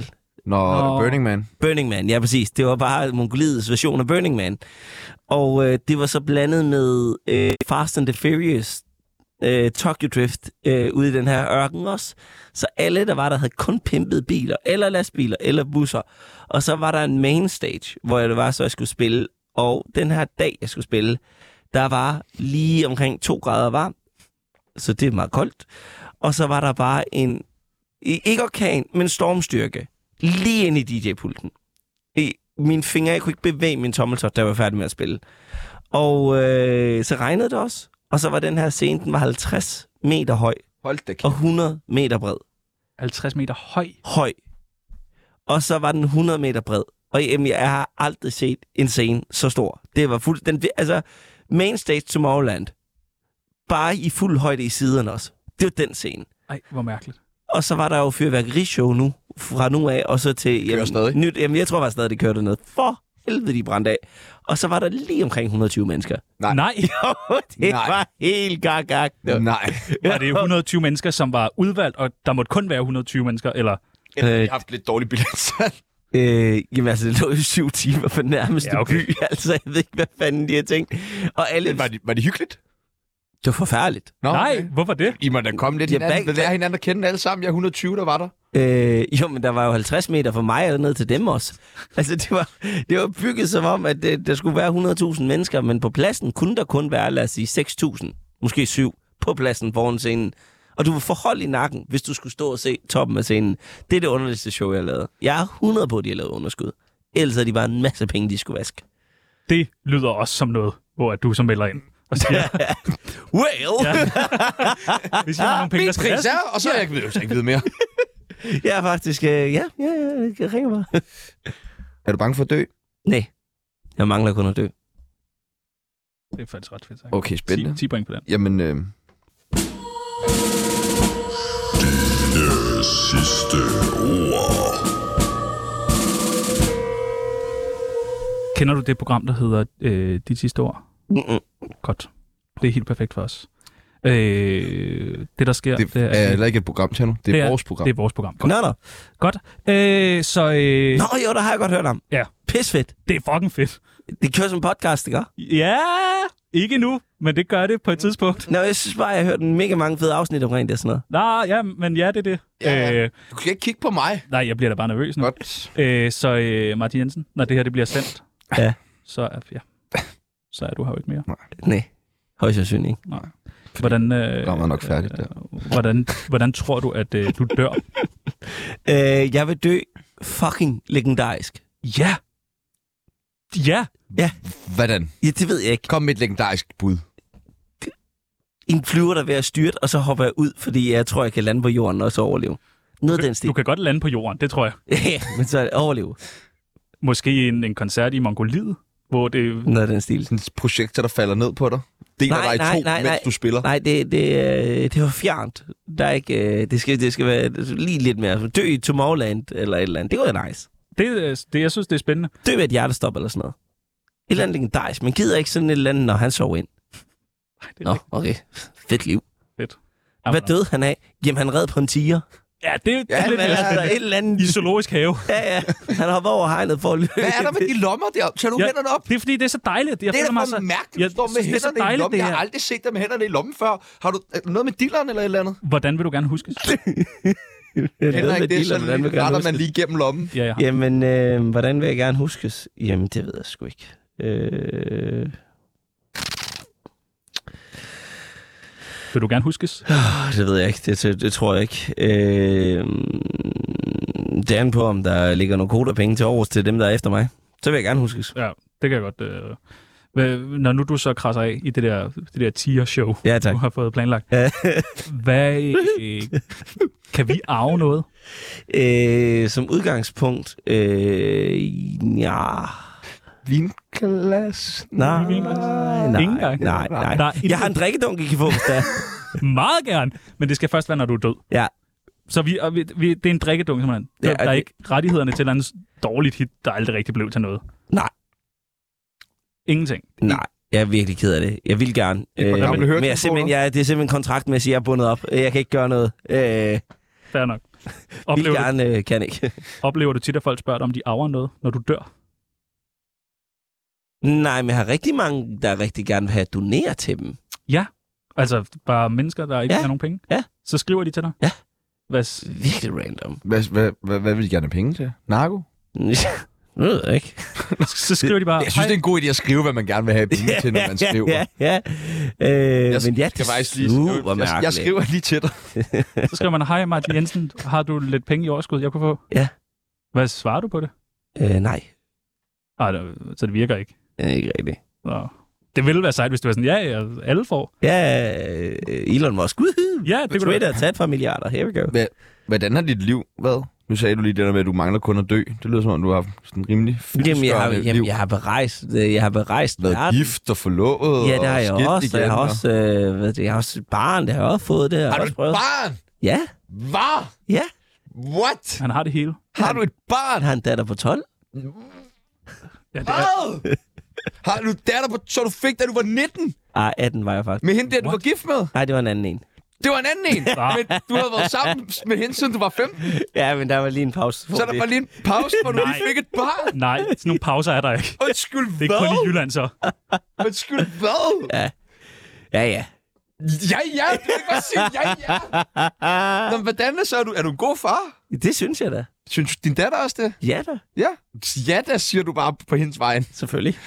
Nå. Burning Man. Burning Man, ja præcis. Det var bare Mongoliets version af Burning Man. Og det var så blandet med Fast and the Furious, Tokyo Drift, ude i den her ørken også. Så alle, der var der, havde kun pimpede biler, eller lastbiler, eller busser. Og så var der en main stage, hvor det var så, jeg skulle spille. Og den her dag, jeg skulle spille, der var lige omkring 2 grader varmt. Så det er meget koldt. Og så var der bare en, ikke orkan, men stormstyrke, lige ind i DJ-pulten. Mine fingre, jeg kunne ikke bevæge min tommeltot, da jeg var færdig med at spille. Og så regnede det også. Og så var den her scene, den var 50 meter høj. Hold da og 100 meter bred. 50 meter høj? Høj. Og så var den 100 meter bred. Og jeg har aldrig set en scene så stor. Det var altså, main stage Tomorrowland. Bare i fuld højde i siderne også. Det var den scene. Ej, hvor mærkeligt. Og så var der jo fyrværkerishow nu, fra nu af, og så til... jeg tror bare stadig, det kørte ned. For helvede, de brændte af. Og så var der lige omkring 120 mennesker. Nej. Jo, det var helt gak. Nej. Var det 120 mennesker, som var udvalgt, og der måtte kun være 120 mennesker, eller? Jeg har haft lidt dårlig billetsalg. Jamen altså, det lå jo 7 timer for nærmeste by. Altså, jeg ved ikke, hvad fanden de har tænkt. Og alle... Var det hyggeligt? Det var forfærdeligt. Nå, Nej, okay. Hvorfor det? I må da komme lidt hinanden, lære hinanden at kende alle sammen. Jeg er 120, der var der. Jo, men der var jo 50 meter fra mig og ned til dem også. Altså, det var bygget som om, at der skulle være 100.000 mennesker, men på pladsen kunne der kun være, lad os sige, 6.000, måske 7, på pladsen foran scenen. Og du var forholdt i nakken, hvis du skulle stå og se toppen af scenen. Det er det underligste show, jeg lavede. Jeg er 100 på, at de har lavet underskud. Ellers havde de bare en masse penge, de skulle vaske. Det lyder også som noget, hvor du så melder ind. Og siger, hvis jeg har nogle penge, der skal vaske. Og så jeg ikke vide mere. Jeg er faktisk... jeg ringer bare. Er du bange for at dø? Nej. Jeg mangler kun at dø. Det er faktisk ret fedt. Okay, spændende. 10 point på den. Jamen... Det sidste ord. Kender du det program, der hedder Dit sidste ord? Godt. Det er helt perfekt for os. Det, der sker... Det er heller ikke et program til nu. Det er vores program. Det er vores program. Godt. Nå. Godt. Nå, jo, der har jeg godt hørt om. Ja. Pisfedt. Det er fucking fedt. Det kører som podcast, ikke? Ja, ikke nu, men det gør det på et tidspunkt. Nå, jeg synes bare, jeg har hørt mega mange fede afsnit omkring det og sådan noget. Nå, ja, men ja, det er det. Ja. Du skal ikke kigge på mig. Nej, jeg bliver da bare nervøs nu. Godt. Så Martin Jensen, når det her det bliver sendt, ja. så er du her jo ikke mere. Nej, højst sandsynligt ikke. Nej. Hvordan, er nok færdigt der. Hvordan tror du, at du dør? Jeg vil dø fucking legendarisk. Ja. Ja. Ja. Hvordan? Ja, det ved jeg ikke. Kom med et legendarisk bud. En flyver, der er ved at styrte, og så hopper jeg ud, fordi jeg tror, jeg kan lande på jorden og så overleve. Noget af den stil. Du kan godt lande på jorden, det tror jeg. Ja, men så overleve. Måske en koncert i Mongoliet, hvor det... Noget af den stil. Sådan et projekt, der falder ned på dig. Deler dig i to, mens du spiller. Nej, det var fjernt. Der er ikke, det skal være lige lidt mere. Dø i Tomorrowland eller et eller andet. Det var nice. Det, jeg synes, det er spændende. Dø ved et hjertestop eller sådan noget. Et eller andet legendarisk. Man gider ikke sådan et eller andet, når han sover ind. Nå, okay. Fedt liv. Fedt. Hvad døde han af? Jamen, han red på en tiger. Ja, det er lidt altså, et eller andet... I zoologisk have. Ja. Han hopper over hegnet for at løbe. Hvad er der med de lommer der? Tag nu hænderne op. Det er fordi, det er så dejligt. Det er da for mærkeligt, du står med hænderne i lommen. Jeg har aldrig set dig med hænderne i lommen før. Har du noget med dilleren eller et eller andet? Hvordan vil du gerne huskes? Heller ikke det, så retter man lige gennem lommen. Ja. Jamen, hvordan vil jeg gerne huskes? Jamen, det ved jeg sgu ikke. Vil du gerne huskes? Det ved jeg ikke. Det tror jeg ikke. Det er an på, om der ligger nogle kodapenge til overs til dem, der er efter mig. Så vil jeg gerne huskes. Ja, det kan jeg godt. Når nu du så krasser af i det der tier-show, du har fået planlagt, hvad kan vi arve noget? Som udgangspunkt, ja... Vinglas? Nej. Jeg har en drikkedunk, I kan få, hvis der. Meget gerne, men det skal først være, når du er død. Ja. Så det er en drikkedunk, simpelthen. Der er ikke rettighederne til et eller andet dårligt hit, der aldrig rigtig blev til noget. Nej. Ingenting? Nej. Jeg er virkelig ked af det. Jeg vil gerne. Men det er simpelthen kontraktmæssigt, jeg er bundet op. Jeg kan ikke gøre noget. Fair nok. Vil gerne, kan ikke. Oplever du tit, at folk spørger dig, om de arver noget, når du dør? Nej, men jeg har rigtig mange, der rigtig gerne vil have donere til dem. Ja, altså bare mennesker, der ikke har nogen penge? Ja. Så skriver de til dig? Ja. Virkelig random. Hvad vil de gerne have penge til? Narko? Jeg ved ikke. Så skriver de bare... Jeg synes, det er en god idé at skrive, hvad man gerne vil have penge til, når man skriver. Ja. Men jeg skriver lige til dig. Så skriver man, hej Martin Jensen, har du lidt penge i overskud, jeg kunne få? Ja. Hvad svarer du på det? Nej. Så det virker ikke? Ikke rigtigt. Nå. Det ville være sejt, hvis det var sådan, ja, alle får. Ja, Elon Musk. Ja, det kunne Twitter taget for milliarder. Here we go. Hvordan har dit liv været? Nu sagde du lige det der med, at du mangler kun at dø. Det lyder som om, du har sådan en rimelig liv. Jeg har berejst været verden. Gift og forlovet. Ja, det har jeg også. Jeg har også et barn, det har jeg også fået. Det har du et barn? Ja. Hvad? Ja. What? Han har det hele. Har du et barn? Han har en datter på 12. Ja, det er... Har du datter på... Så du fik, da du var 19? 18 var jeg faktisk. Med hende der, du var gift med? Nej, det var en anden en. Det var en anden en? Men du havde været sammen med hende, siden du var 15? Ja, men der var lige en pause. Så der var lige en pause, hvor du lige fik et barn? Nej, sådan nogle pauser er der ikke. Undskyld, hvad? Det er kun i Jylland, så. Undskyld, hvad? Ja. Ja, det er ikke bare sige ja. Nå, hvordan så? Er du en god far? Det synes jeg da. Synes din datter også det? Ja da. Ja da, siger du bare på hendes vejen. Selvfølgelig.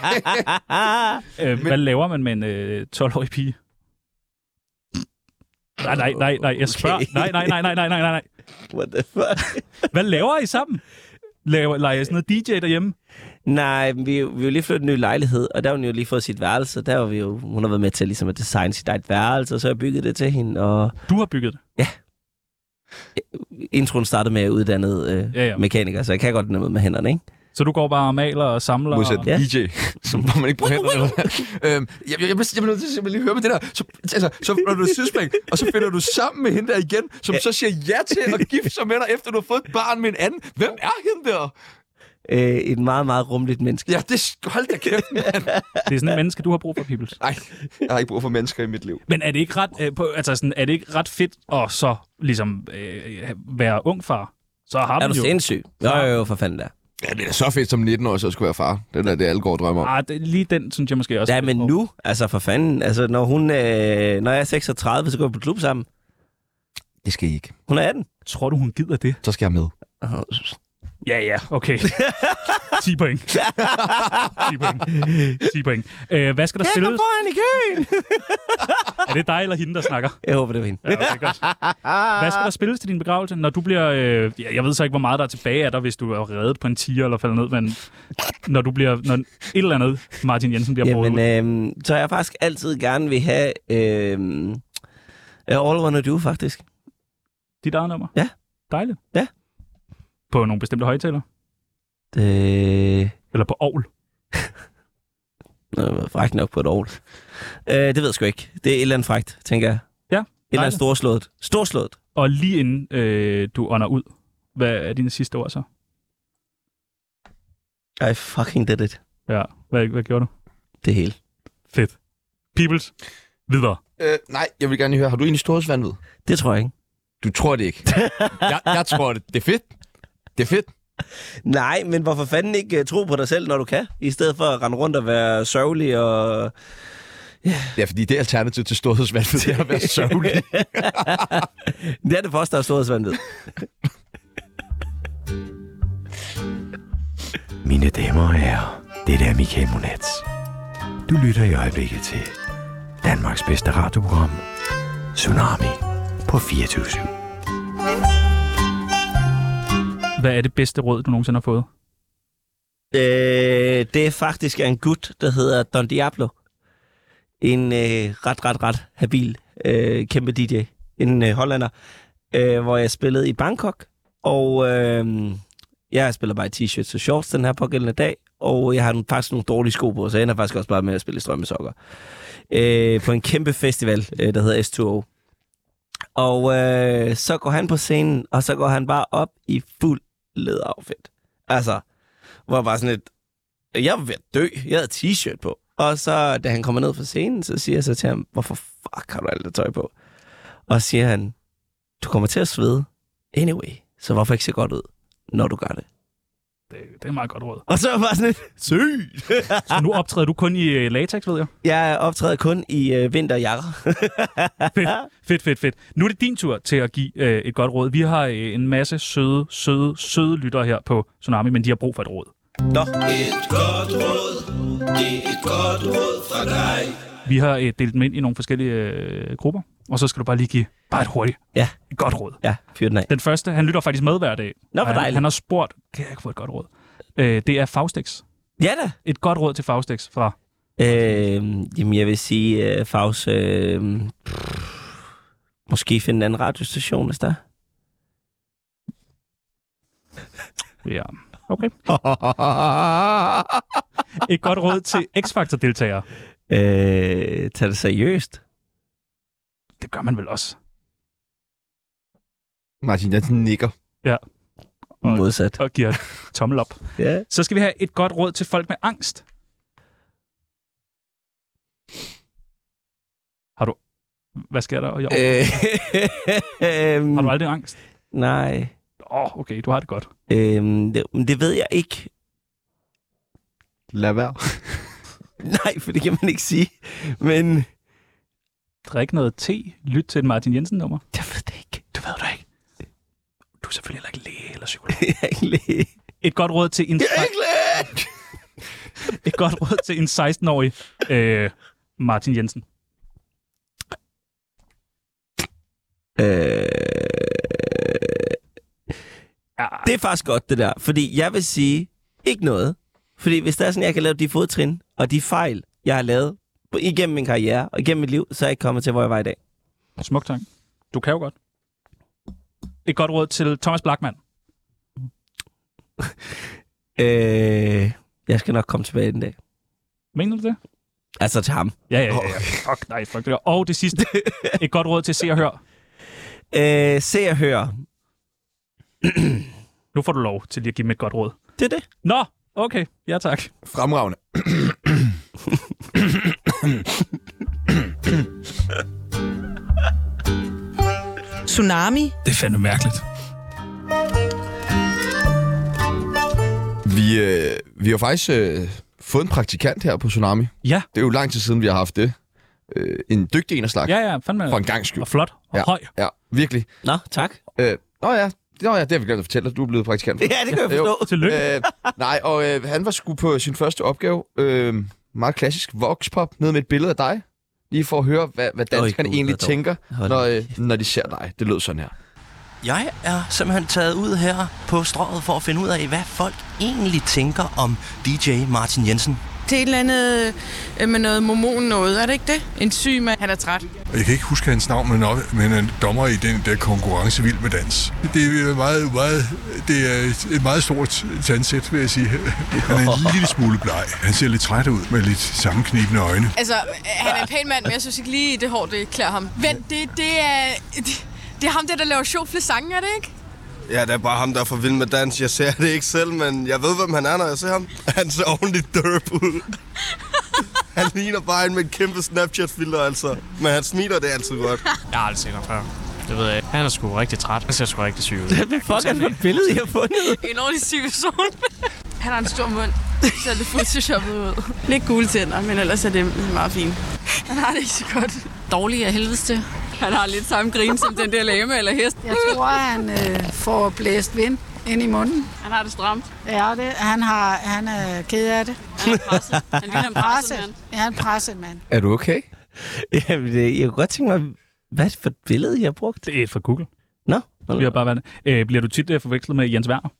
Hvad laver man med en 12-årig pige? Nej, jeg spørger. Okay. Nej. What the fuck? Hvad laver I sammen? Leger I sådan noget DJ derhjemme? Nej, vi er jo lige flyttet en ny lejlighed, og der har hun jo lige fået sit værelse. Der var hun har været med til ligesom at designe sit eget værelse, og så har jeg bygget det til hende. Og... Du har bygget det? Ja. Introen startede med uddannet mekaniker, så jeg kan godt noget med hænderne, ikke? Så du går bare og maler og samler? Modsat DJ, som man ikke bruger hænderne. Jeg bliver nødt til at simpelthen lige høre med det der. Så når du tidsspring, og så finder du sammen med hende der igen, som så siger ja til at gifte sig med dig, efter du har fået et barn med en anden. Hvem er hende der? Et meget, meget rummeligt menneske. Ja, hold da kæft, mand. Det er sådan et menneske, du har brug for, Pibels. Nej, jeg har ikke brug for mennesker i mit liv. Men er det ikke ret, er det ikke ret fedt at så ligesom være ung far? Så har man er du sindssyg? Jo, for fanden der. Ja, det er så fedt som 19-årig, så skulle være far. Det er det, alle går og drømmer om. Lige den, synes jeg måske også. Ja, men nu, altså for fanden. Altså, når jeg er 36, så går vi på klub sammen. Det skal I ikke. Hun er 18. Tror du, hun gider det? Så skal jeg med. Ja, okay. 10 point. 10 point. Hvad skal der spilles? Jeg går foran i køen! Er det dig eller hende, der snakker? Jeg håber, det er hende. Ja, okay, godt. Hvad skal der spilles til din begravelse, når du bliver... jeg ved så ikke, hvor meget der er tilbage af dig, hvis du er reddet på en tiger eller falder ned, men når et eller andet Martin Jensen bliver brugt ud. Så jeg faktisk altid gerne vil have All I Wanna Do, faktisk. Dit eget nummer? Ja. Dejligt. Ja. På nogle bestemte højtaler? Eller på ovl? Frækt nok på et ovl. Det ved jeg sgu ikke. Det er et eller andet frækt, tænker jeg. Ja. Et eller andet storslået. Og lige inden du ånder ud, hvad er dine sidste ord så? I fucking did it. Ja. Hvad gjorde du? Det hele. Fedt. Peoples. Videre. Nej, jeg vil gerne høre, har du egentlig storhedsvanvid? Det tror jeg ikke. Du tror det ikke? jeg tror det. Det er fedt. Det er fedt. Nej, men hvorfor fanden ikke tro på dig selv, når du kan? I stedet for at rende rundt og være sørgelig og... Ja, fordi det er alternativ til storhedsvanvid, det er at være sørgelig. Det er det for os, der er storhedsvanvid. Mine damer og herrer, det er Michael Monats. Du lytter i øjeblikket til Danmarks bedste radioprogram, Tsunami på 24/7. Hvad er det bedste råd, du nogensinde har fået? Det er faktisk en gut, der hedder Don Diablo. En ret habil kæmpe DJ. En hollander, hvor jeg spillede i Bangkok. Og jeg spiller bare i t-shirts og shorts den her pågældende dag. Og jeg har faktisk nogle dårlige sko på, så jeg ender faktisk også bare med at spille i strømmesokker. På en kæmpe festival, der hedder S2O. Og så går han på scenen, og så går han bare op i fuld læderoutfit. Altså, hvor jeg bare sådan et... Jeg var ved at dø. Jeg havde t-shirt på. Og så, da han kommer ned fra scenen, så siger jeg så til ham, hvorfor fuck har du alt det tøj på? Og så siger han, du kommer til at svede, Anyway, så hvorfor ikke se godt ud, når du gør det? Det er meget godt råd. Og så var bare sådan lidt sygt. Så nu optræder du kun i latex, ved jeg? Jeg optræder kun i vinterjakker. Fedt. Nu er det din tur til at give et godt råd. Vi har en masse søde lyttere her på Tsunami, men de har brug for et råd. Nå. Et godt råd. Det er et godt råd fra dig. Vi har delt dem ind i nogle forskellige grupper, og så skal du bare lige give et hurtigt, et godt råd. Ja, fyr den af. Den første, han lytter faktisk med hver dag. Nå, hvor dejligt. Han har spurgt, kan jeg ikke få et godt råd? Det er Faustix. Ja da. Et godt råd til Faustix fra... Jamen, jeg vil sige, Faust... måske finde en anden radiostation, hvis der. Ja, okay. Et godt råd til X-Factor-deltagere. Tag det seriøst. Det gør man vel også. Martin Jensen nikker. Ja. Modsat. Og giver tommel op. Ja. Så skal vi have et godt råd til folk med angst. Har du... Hvad sker der? Har du aldrig angst? Nej. Okay, du har det godt. Det ved jeg ikke. Lad være. Nej, for det kan man ikke sige. Men... Drik noget te. Lyt til et Martin Jensen-nummer. Jeg ved det ikke. Du ved det ikke. Du er selvfølgelig heller ikke læge eller psykolog. Jeg er ikke læge. Et godt råd til en... Et godt råd til en 16-årig Martin Jensen. Det er faktisk godt, det der. Fordi jeg vil sige, ikke noget. Fordi hvis der er sådan, jeg kan lave de fodtrin og de fejl, jeg har lavet igennem min karriere og igennem mit liv, så er jeg ikke kommet til, hvor jeg var i dag. Smukt tak. Du kan jo godt. Et godt råd til Thomas Blachman. Jeg skal nok komme tilbage den dag. Mener du det? Altså til ham. Ja. Fuck, nej, fuck det der. Og det sidste. Et godt råd til Se og Hør. Se og Hør. Nu får du lov til lige at give mig et godt råd. Det er det. Nå, okay. Ja, tak. Fremragende. Tsunami. Det er fandme mærkeligt. Vi har faktisk fået en praktikant her på Tsunami. Ja. Det er jo lang tid siden, vi har haft det. En dygtig en af slags. Ja, fandme. For en gang skyld. Og flot og høj. Ja, virkelig. Nå, tak. Det har vi glemt at fortælle dig. Du er blevet praktikant. Ja, det kan jeg forstå. Tillykke. Han var sgu på sin første opgave. Meget klassisk voxpop, ned med et billede af dig. Lige for at høre, hvad danskerne egentlig tænker, når de ser dig. Det lød sådan her. Jeg er simpelthen taget ud her på Strøget for at finde ud af, hvad folk egentlig tænker om DJ Martin Jensen. Det er et eller andet med noget mormon noget, er det ikke det? En syg mand, han er træt. Jeg kan ikke huske hans navn, men en dommer i den der konkurrence Vild med Dans. Det er et meget stort tandsæt, vil jeg sige. Han er en lille smule bleg. Han ser lidt træt ud med lidt sammenknibende øjne. Altså, han er en pæn mand, men jeg synes ikke lige, det hår, det klæder ham. Vent, det er ham der laver sjovfle sange, er det ikke? Ja, det er bare ham, der er for Vild med Dans. Jeg ser det ikke selv, men jeg ved, hvem han er, når jeg ser ham. Han ser ordentligt derp ud. Han ligner bare en med et kæmpe Snapchat-filter, altså. Men han smiler, det er altid godt. Jeg har aldrig set ham før. Det ved jeg ikke. Han er sgu rigtig træt. Han ser sgu rigtig syg ud. Hvad fuck er det for et billede, I har fundet? En ordentlig syg person. Han har en stor mund. Så er det photoshoppet ud. Lidt gule tænder, men ellers er det meget fint. Han har det ikke så godt. Dårlig af helvedes til. Han har lidt samme grin som den der lame eller hest. Jeg tror, han får blæst vind ind i munden. Han har det stramt. Ja, han er ked af det. Han er presset. Han ligner en presset mand. Ja, en presset mand. Er du okay? Jamen, jeg kunne godt tænke mig, hvad er det for et billede, I har brugt? Det er fra Google. Nå? Vi har bare været bliver du tit forvekslet med Jens Werner?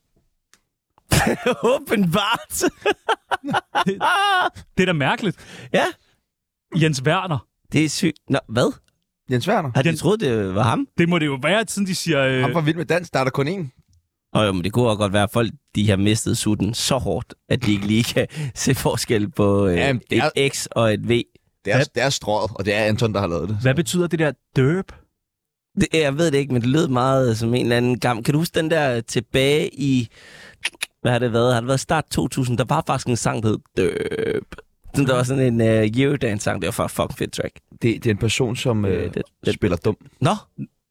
Åbenbart. Det er da mærkeligt. Ja. Jens Werner. Det er sygt. Nå, hvad? Jens Werner. Har de troet, det var ham? Det må det jo være, siden de siger... Ham var Vild med Dans, der er der kun én. Jo, men det kunne også godt være, at folk de har mistet sutten så hårdt, at de ikke lige kan se forskel på et X og et V. Det er strøget, og det er Anton, der har lavet det. Hvad betyder det der derp? Jeg ved det ikke, men det lød meget som en eller anden gammel... Kan du huske den der tilbage i... Hvad har det været? Har det været start 2000? Der var faktisk en sang, der hed Derp. Der var sådan en Eurodance-sang. Det var fucking fedt track. Det er en person, som spiller dum. Nå, Derp.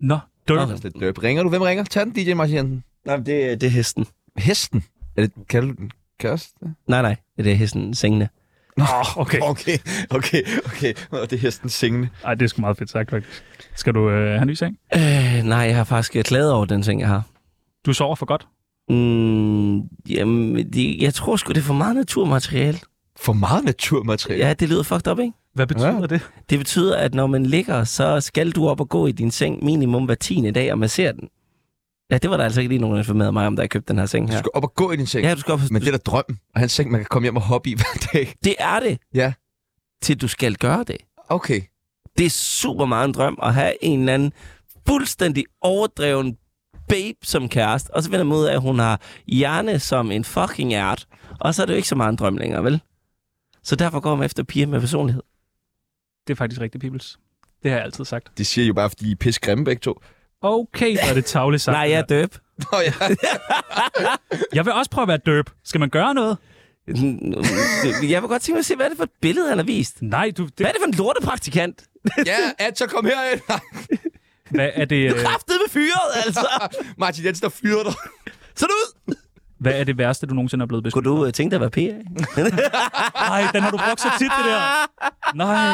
Derp. Det er derp. Ringer du? Hvem ringer? Tag den, DJ Martin Jensen. Nej, det er hesten. Hesten? Kan du den kæreste? Nej, det er hesten singende. Nå, okay. Det er hesten singende. Ej, det er sgu meget fedt sagt, faktisk. Skal du have en ny seng? Nej, jeg har faktisk klaget over den seng, jeg har. Du sover for godt? Jamen, jeg tror sgu, det er for meget naturmateriale. For meget naturmateriale? Ja, det lyder fucked up, ikke? Hvad betyder det? Det betyder, at når man ligger, så skal du op og gå i din seng minimum hver 10. dag og massere den. Ja, det var der altså ikke lige nogen, der informerede mig om, da jeg købte den her seng her. Du skal op og gå i din seng? Ja, du skal op. Men det er da drømmen. Og hans seng, man kan komme hjem og hoppe i hver dag. Det er det. Ja. Til du skal gøre det. Okay. Det er super meget en drøm at have en eller anden fuldstændig overdreven babe som kæreste. Og så finder man ud af, at hun har hjerne som en fucking ært. Og så er det jo ikke så meget en drøm længere, vel? Så derfor går man efter piger med personlighed. Det er faktisk rigtigt, Peoples. Det har jeg altid sagt. Det siger jo bare, fordi I er pisse grimme begge to. Okay, så er det tavligt sagt. Nej, jeg er døb. Nå, ja. Jeg vil også prøve at være døb. Skal man gøre noget? Jeg vil godt tænke mig at se, hvad er det for et billede, han har vist? Nej, Hvad er det for en lortepraktikant? Ja, så kom herind. Hvad er det? Du er kraftedeme fyret, altså. Martin Jensen, der fyrer dig. Så ud! Hvad er det værste, du nogensinde er blevet beskyldt? Kunne du tænke dig at være PA? Nej, den har du brugt så tit, det der. Nej.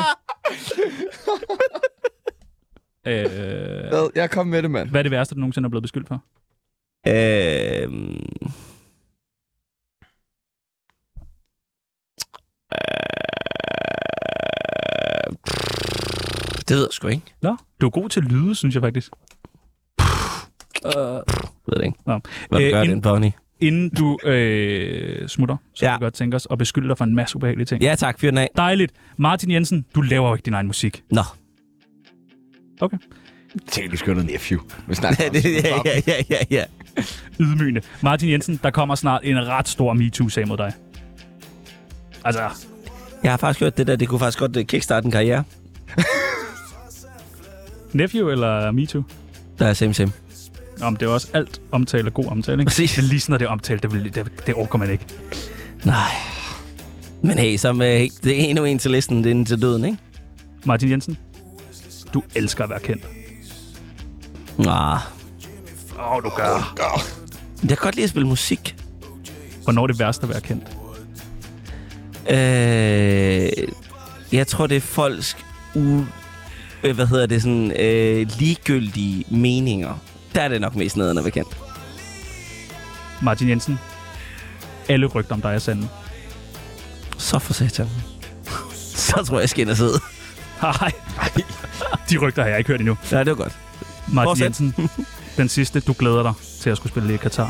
Jeg kom med det, mand. Hvad er det værste, du nogensinde er blevet beskyldt for? Det ved jeg sgu ikke. Nå, du er god til at lyde, synes jeg faktisk. Ved det ikke. Nå. Hvad gør din pony? Inden du smutter, så kan vi godt tænke os at beskylde dig for en masse ubehagelige ting. Ja tak, fyr den af. Dejligt. Martin Jensen, du laver jo ikke din egen musik. Nå. Okay. Tænk, du skal noget nephew. Ja. Ydmygende. Martin Jensen, der kommer snart en ret stor MeToo-sag mod dig. Altså... Jeg har faktisk hørt det der, det kunne faktisk godt kickstarte en karriere. Nephew eller MeToo? Der er same. Om det er også alt omtale og god omtale, ikke? Præcis. Men lige sådan, når det er omtale, det orker man ikke. Nej. Men hey, det er endnu en til listen, det er til døden, ikke? Martin Jensen, du elsker at være kendt. Du gør. Jeg kan godt lide at spille musik. Hvornår er det værste at være kendt? Jeg tror, det er folks ligegyldige meninger. Der er det nok mest nederen at være kendt. Martin Jensen, alle rygter om dig er sande. Så for satan. Så tror jeg, jeg skal ind og sidde. Nej. De rygter har jeg ikke hørt endnu. Ja, det var godt. Martin Jensen, den sidste, du glæder dig til at skulle spille i Katar.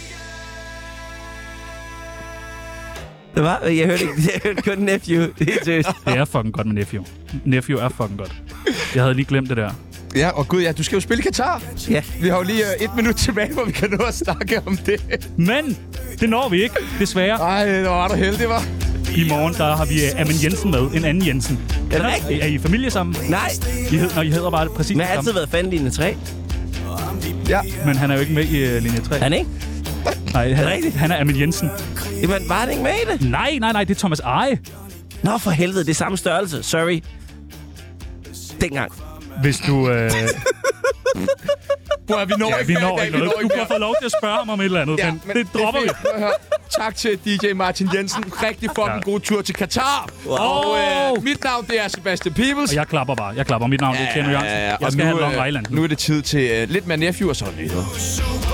Det var? Jeg hørte kun Nephew. Det er seriøst. Det er fucking godt med Nephew. Nephew er fucking godt. Jeg havde lige glemt det der. Ja, og gud, ja, du skal jo spille Katar. Ja. Vi har jo lige 1 minut tilbage, hvor vi kan nå at snakke om det. Men det når vi ikke, desværre. Nej, det var du heldig, var. I morgen, der har vi Amen Jensen med. En anden Jensen. Er det rigtigt? Er I familie sammen? Nej. I hedder bare præcis men jeg har altid været fan i linje 3. Ja. Men han er jo ikke med i linje 3. Han ikke? Nej, han er Amen Jensen. Jamen, var han ikke med i det? Nej, det er Thomas Eje. Nå, for helvede, det er samme størrelse. Sorry. Dengang. Hvis du... vi når ikke noget. Du kan få lov til at spørge ham om et eller andet, ja, men det dropper vi. Tak til DJ Martin Jensen. Rigtig fucking god tur til Katar. Wow. Og mit navn, det er Sebastian Peebles. Og jeg klapper bare. Mit navn, det er Kenny Jørgensen. Jeg skal have Long Island. Nu er det tid til lidt mere Nephew og så nyheder.